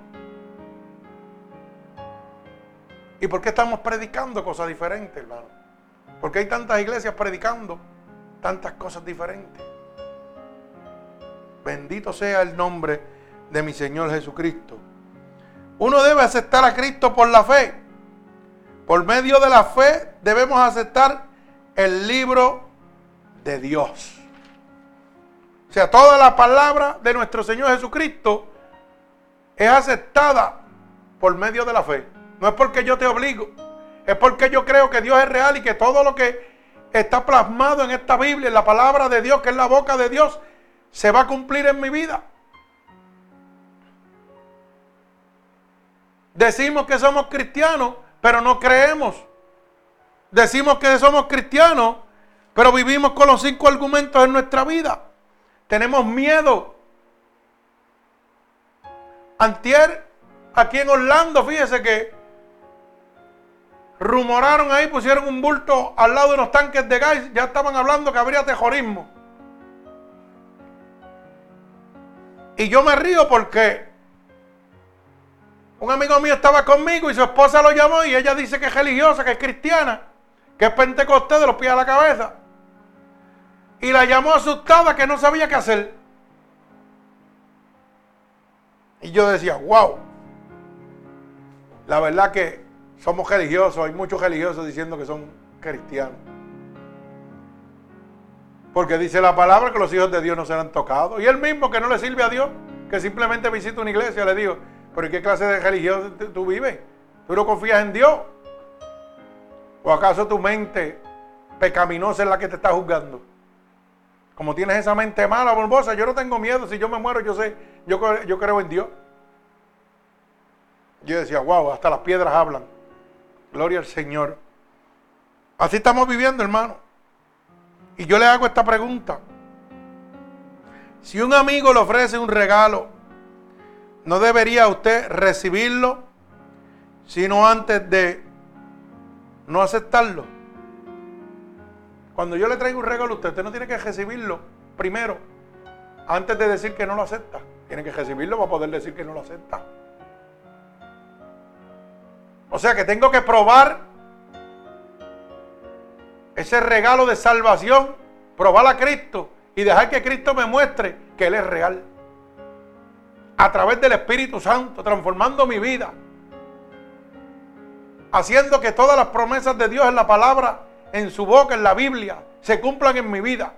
¿Y por qué estamos predicando cosas diferentes, hermano? ¿Por qué hay tantas iglesias predicando tantas cosas diferentes? Bendito sea el nombre de mi Señor Jesucristo. Uno debe aceptar a Cristo por la fe. Por medio de la fe debemos aceptar el libro de Dios. O sea, toda la palabra de nuestro Señor Jesucristo es aceptada por medio de la fe. No es porque yo te obligo, es porque yo creo que Dios es real y que todo lo que está plasmado en esta Biblia, en la palabra de Dios, que es la boca de Dios, se va a cumplir en mi vida. Decimos que somos cristianos, pero no creemos. Decimos que somos cristianos, pero vivimos con los cinco argumentos en nuestra vida. Tenemos miedo. Antier, aquí en Orlando, fíjese que rumoraron ahí, pusieron un bulto al lado de unos tanques de gas, ya estaban hablando que habría terrorismo. Y yo me río porque un amigo mío estaba conmigo y su esposa lo llamó y ella dice que es religiosa, que es cristiana, que es pentecostés de los pies a la cabeza. Y la llamó asustada que no sabía qué hacer. Y yo decía, wow, la verdad que somos religiosos, hay muchos religiosos diciendo que son cristianos. Porque dice la palabra que los hijos de Dios no serán tocados. Y él mismo que no le sirve a Dios, que simplemente visita una iglesia, le digo, ¿pero qué clase de religión tú vives? ¿Tú no confías en Dios? ¿O acaso tu mente pecaminosa es la que te está juzgando? Como tienes esa mente mala, morbosa, yo no tengo miedo, si yo me muero, yo sé, yo, yo creo en Dios. Yo decía, wow, hasta las piedras hablan. Gloria al Señor. Así estamos viviendo, hermano. Y yo le hago esta pregunta. Si un amigo le ofrece un regalo, ¿no debería usted recibirlo, sino antes de no aceptarlo? Cuando yo le traigo un regalo a usted, usted no tiene que recibirlo primero, antes de decir que no lo acepta. Tiene que recibirlo para poder decir que no lo acepta. O sea que tengo que probar ese regalo de salvación, probar a Cristo y dejar que Cristo me muestre que Él es real. A través del Espíritu Santo, transformando mi vida. Haciendo que todas las promesas de Dios en la palabra, en su boca, en la Biblia, se cumplan en mi vida.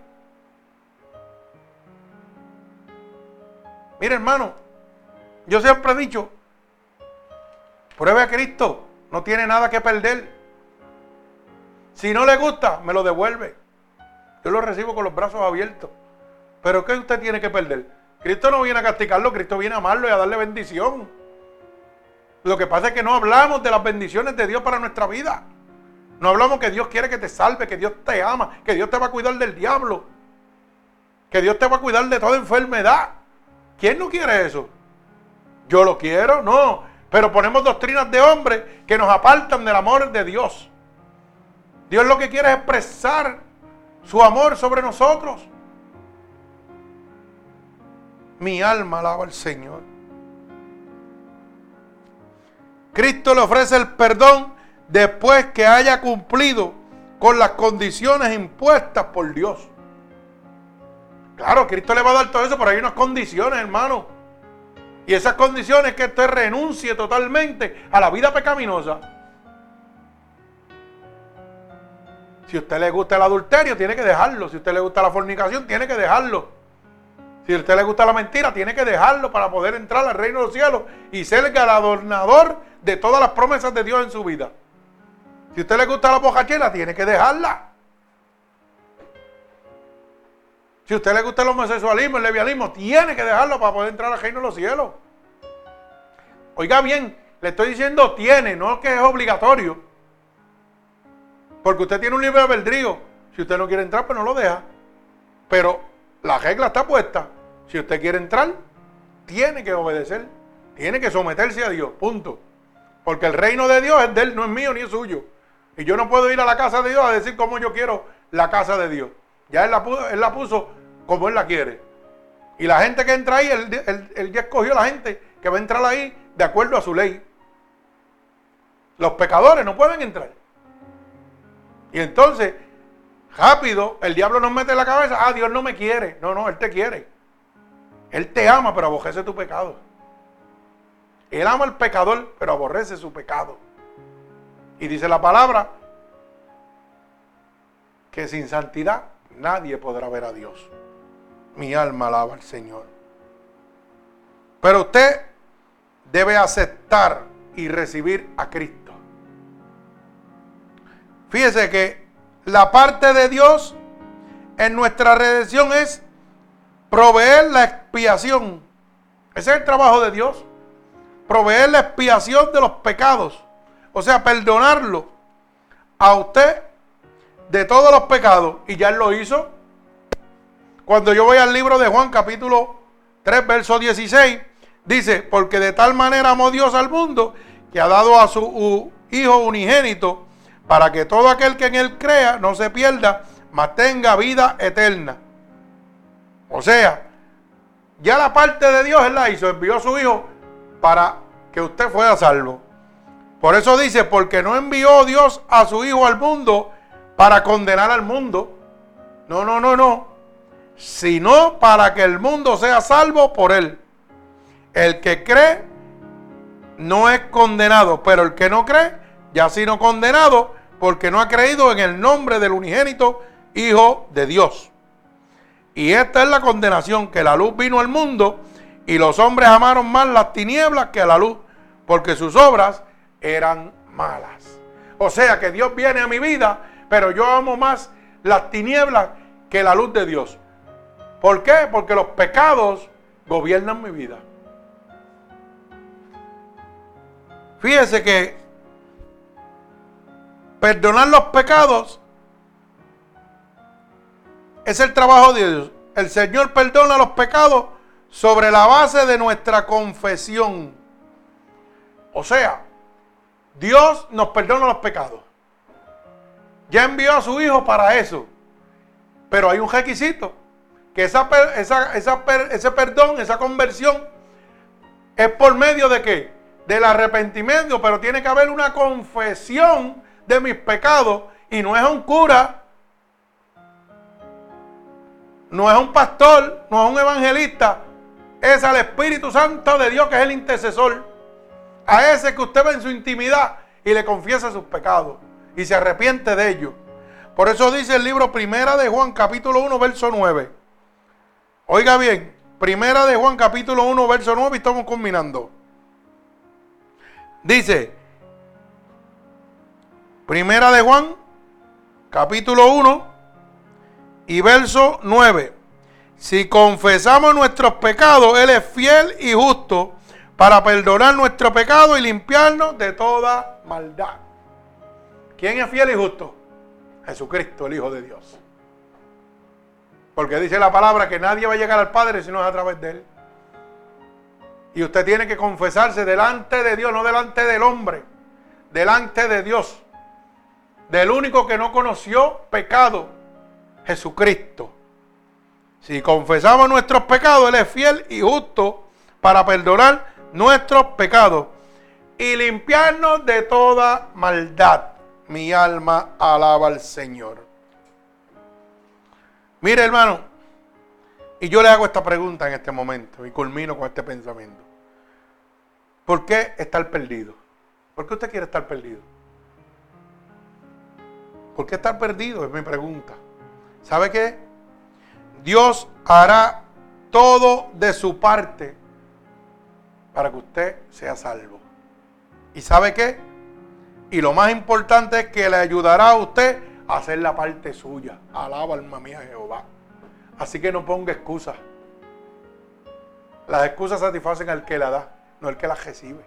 Mire, hermano, yo siempre he dicho, pruebe a Cristo, no tiene nada que perder. Si no le gusta, me lo devuelve. Yo lo recibo con los brazos abiertos. Pero ¿qué usted tiene que perder? Cristo no viene a castigarlo, Cristo viene a amarlo y a darle bendición. Lo que pasa es que no hablamos de las bendiciones de Dios para nuestra vida. No hablamos que Dios quiere que te salve, que Dios te ama, que Dios te va a cuidar del diablo, que Dios te va a cuidar de toda enfermedad. ¿Quién no quiere eso? Yo lo quiero, no. Pero ponemos doctrinas de hombres que nos apartan del amor de Dios. Dios lo que quiere es expresar su amor sobre nosotros. Mi alma alaba al Señor. Cristo le ofrece el perdón después que haya cumplido con las condiciones impuestas por Dios. Claro, Cristo le va a dar todo eso, pero hay unas condiciones, hermano. Y esas condiciones es que usted renuncie totalmente a la vida pecaminosa. Si a usted le gusta el adulterio, tiene que dejarlo. Si a usted le gusta la fornicación, tiene que dejarlo. Si a usted le gusta la mentira, tiene que dejarlo para poder entrar al reino de los cielos y ser el galardonador de todas las promesas de Dios en su vida. Si a usted le gusta la bocachela, tiene que dejarla. Si a usted le gusta el homosexualismo, el lesbianismo, tiene que dejarlo para poder entrar al reino de los cielos. Oiga bien, le estoy diciendo tiene, no que es obligatorio. Porque usted tiene un libre albedrío. Si usted no quiere entrar, pues no lo deja. Pero la regla está puesta. Si usted quiere entrar, tiene que obedecer. Tiene que someterse a Dios, punto. Porque el reino de Dios es de Él, no es mío ni es suyo. Y yo no puedo ir a la casa de Dios a decir cómo yo quiero la casa de Dios. Ya Él la puso, él la puso como Él la quiere. Y la gente que entra ahí, él, él, él ya escogió a la gente que va a entrar ahí de acuerdo a su ley. Los pecadores no pueden entrar. Y entonces, rápido, el diablo nos mete en la cabeza, ah, Dios no me quiere. No, no, Él te quiere. Él te ama, pero aborrece tu pecado. Él ama al pecador, pero aborrece su pecado. Y dice la palabra que sin santidad nadie podrá ver a Dios. Mi alma alaba al Señor. Pero usted debe aceptar y recibir a Cristo. Fíjese que la parte de Dios en nuestra redención es proveer la expiación. Ese es el trabajo de Dios. Proveer la expiación de los pecados. O sea, perdonarlo a usted de todos los pecados. Y ya Él lo hizo. Cuando yo voy al libro de Juan capítulo tres, verso dieciséis, dice, porque de tal manera amó Dios al mundo, que ha dado a su Hijo unigénito, para que todo aquel que en Él crea no se pierda, mas tenga vida eterna. O sea, ya la parte de Dios Él la hizo, envió a su Hijo para que usted fuera salvo. Por eso dice, porque no envió Dios a su Hijo al mundo para condenar al mundo. No, no, no, no. Sino para que el mundo sea salvo por Él. El que cree no es condenado, pero el que no cree ya ha sido condenado porque no ha creído en el nombre del unigénito Hijo de Dios. Y esta es la condenación, que la luz vino al mundo y los hombres amaron más las tinieblas que a la luz, porque sus obras eran malas. O sea que Dios viene a mi vida, pero yo amo más las tinieblas que la luz de Dios. ¿Por qué? Porque los pecados gobiernan mi vida. Fíjese que perdonar los pecados es el trabajo de Dios. El Señor perdona los pecados sobre la base de nuestra confesión. O sea, Dios nos perdona los pecados. Ya envió a su Hijo para eso. Pero hay un requisito. Que esa, esa, esa, ese perdón, esa conversión, es por medio de ¿qué? Del arrepentimiento. Pero tiene que haber una confesión de mis pecados. Y no es un cura, no es un pastor, no es un evangelista. Es al Espíritu Santo de Dios, que es el intercesor. A ese que usted ve en su intimidad y le confiesa sus pecados y se arrepiente de ellos. Por eso dice el libro Primera de Juan capítulo uno verso nueve. Oiga bien, Primera de Juan capítulo uno verso nueve, y estamos combinando. Dice, Primera de Juan capítulo uno y verso nueve. Si confesamos nuestros pecados, Él es fiel y justo para perdonar nuestro pecado y limpiarnos de toda maldad. ¿Quién es fiel y justo? Jesucristo, el Hijo de Dios. Porque dice la palabra que nadie va a llegar al Padre si no es a través de Él. Y usted tiene que confesarse delante de Dios, no delante del hombre, delante de Dios, del único que no conoció pecado, Jesucristo. Si confesamos nuestros pecados, Él es fiel y justo para perdonar nuestros pecados y limpiarnos de toda maldad. Mi alma alaba al Señor. Mire, hermano, y yo le hago esta pregunta en este momento y culmino con este pensamiento. ¿Por qué estar perdido? ¿Por qué usted quiere estar perdido? ¿Por qué estar perdido? Es mi pregunta. ¿Sabe qué? Dios hará todo de su parte para que usted sea salvo. ¿Y sabe qué? Y lo más importante es que le ayudará a usted a hacer la parte suya. Alaba alma mía Jehová. Así que no ponga excusas. Las excusas satisfacen al que la da, no al que las recibe.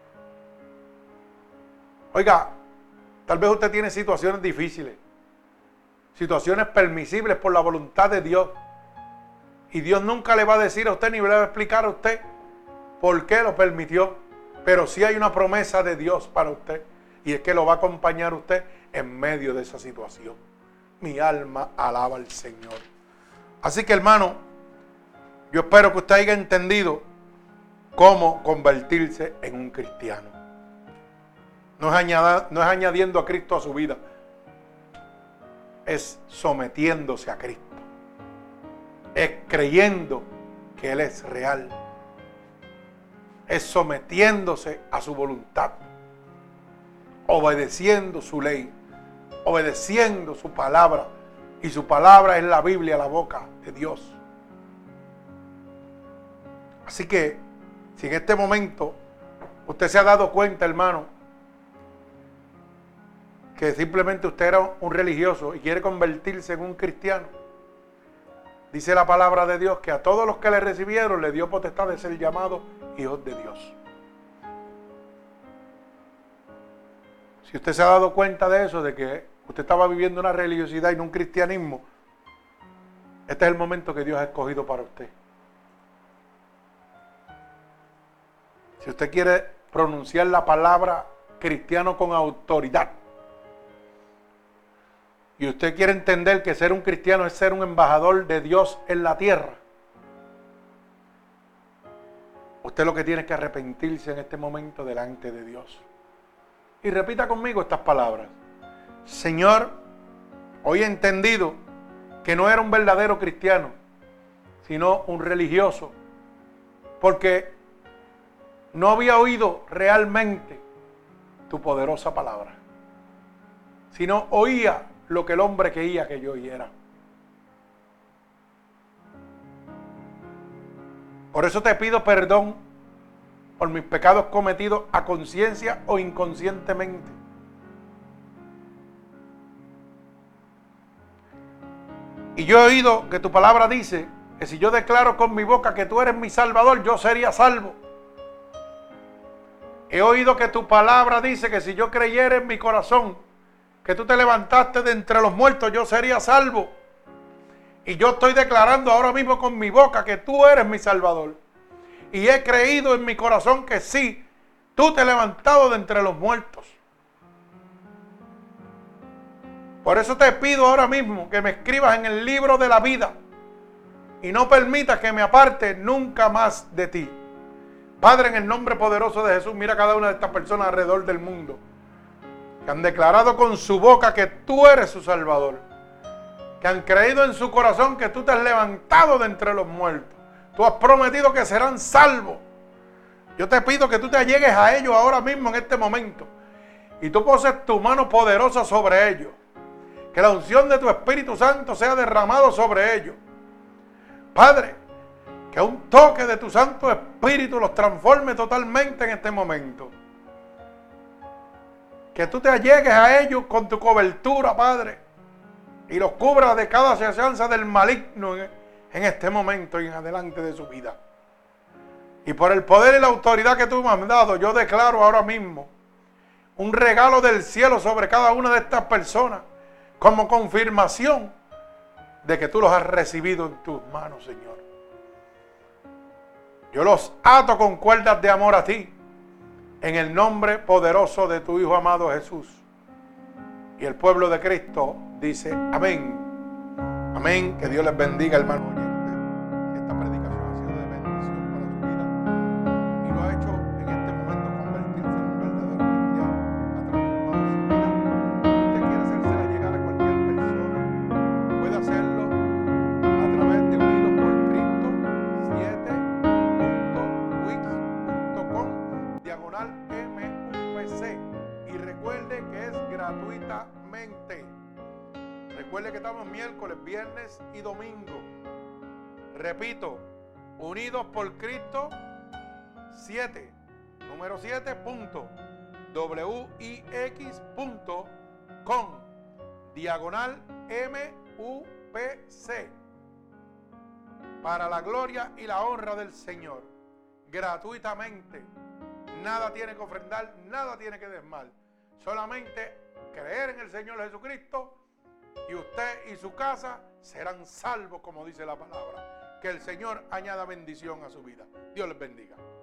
Oiga, tal vez usted tiene situaciones difíciles, situaciones permisibles por la voluntad de Dios. Y Dios nunca le va a decir a usted ni le va a explicar a usted por qué lo permitió. Pero sí hay una promesa de Dios para usted. Y es que lo va a acompañar usted en medio de esa situación. Mi alma alaba al Señor. Así que, hermano, yo espero que usted haya entendido cómo convertirse en un cristiano. No es, añada, no es añadiendo a Cristo a su vida. Es sometiéndose a Cristo. Es creyendo que Él es real. Es sometiéndose a su voluntad. Obedeciendo su ley. Obedeciendo su palabra. Y su palabra es la Biblia, la boca de Dios. Así que, si en este momento usted se ha dado cuenta, hermano, que simplemente usted era un religioso y quiere convertirse en un cristiano, dice la palabra de Dios que a todos los que le recibieron le dio potestad de ser llamados hijos de Dios. Si usted se ha dado cuenta de eso, de que usted estaba viviendo una religiosidad y no un cristianismo, este es el momento que Dios ha escogido para usted. Si usted quiere pronunciar la palabra cristiano con autoridad, y usted quiere entender que ser un cristiano es ser un embajador de Dios en la tierra, usted lo que tiene es que arrepentirse en este momento delante de Dios. Y repita conmigo estas palabras. Señor, hoy he entendido que no era un verdadero cristiano, sino un religioso, porque no había oído realmente tu poderosa palabra, sino oía lo que el hombre quería que yo oyera. Por eso te pido perdón por mis pecados cometidos a conciencia o inconscientemente. Y yo he oído que tu palabra dice que si yo declaro con mi boca que tú eres mi Salvador, yo sería salvo. He oído que tu palabra dice que si yo creyera en mi corazón que tú te levantaste de entre los muertos, yo sería salvo. Y yo estoy declarando ahora mismo con mi boca que tú eres mi Salvador. Y he creído en mi corazón que sí, tú te has levantado de entre los muertos. Por eso te pido ahora mismo que me escribas en el libro de la vida y no permitas que me aparte nunca más de ti. Padre, en el nombre poderoso de Jesús, mira a cada una de estas personas alrededor del mundo que han declarado con su boca que tú eres su Salvador, que han creído en su corazón que tú te has levantado de entre los muertos. Tú has prometido que serán salvos. Yo te pido que tú te allegues a ellos ahora mismo en este momento y tú poses tu mano poderosa sobre ellos. Que la unción de tu Espíritu Santo sea derramado sobre ellos. Padre, que un toque de tu Santo Espíritu los transforme totalmente en este momento. Que tú te allegues a ellos con tu cobertura, Padre, y los cubras de cada acechanza del maligno en, en este momento y en adelante de su vida. Y por el poder y la autoridad que tú me has dado, yo declaro ahora mismo un regalo del cielo sobre cada una de estas personas, como confirmación de que tú los has recibido en tus manos, Señor. Yo los ato con cuerdas de amor a ti, en el nombre poderoso de tu Hijo amado Jesús. Y el pueblo de Cristo dice amén. Amén. Que Dios les bendiga, hermano oyente. Esta predicación ha sido de bendición para su vida y lo ha hecho en este momento convertirse en un verdadero cristiano. Ha transformado su vida. Si usted quiere hacérsela llegar a cualquier persona, puede hacerlo a través de Unidos por Cristo siete punto wix punto com diagonal M U P C. Y recuerde que es gratuitamente. Recuerde que estamos miércoles, viernes y domingo. Repito, Unidos por Cristo siete, número siete punto wix punto com diagonal M U P C. Para la gloria y la honra del Señor. Gratuitamente. Nada tiene que ofrendar, nada tiene que desmar. Solamente creer en el Señor Jesucristo y usted y su casa serán salvos, como dice la palabra. Que el Señor añada bendición a su vida. Dios les bendiga.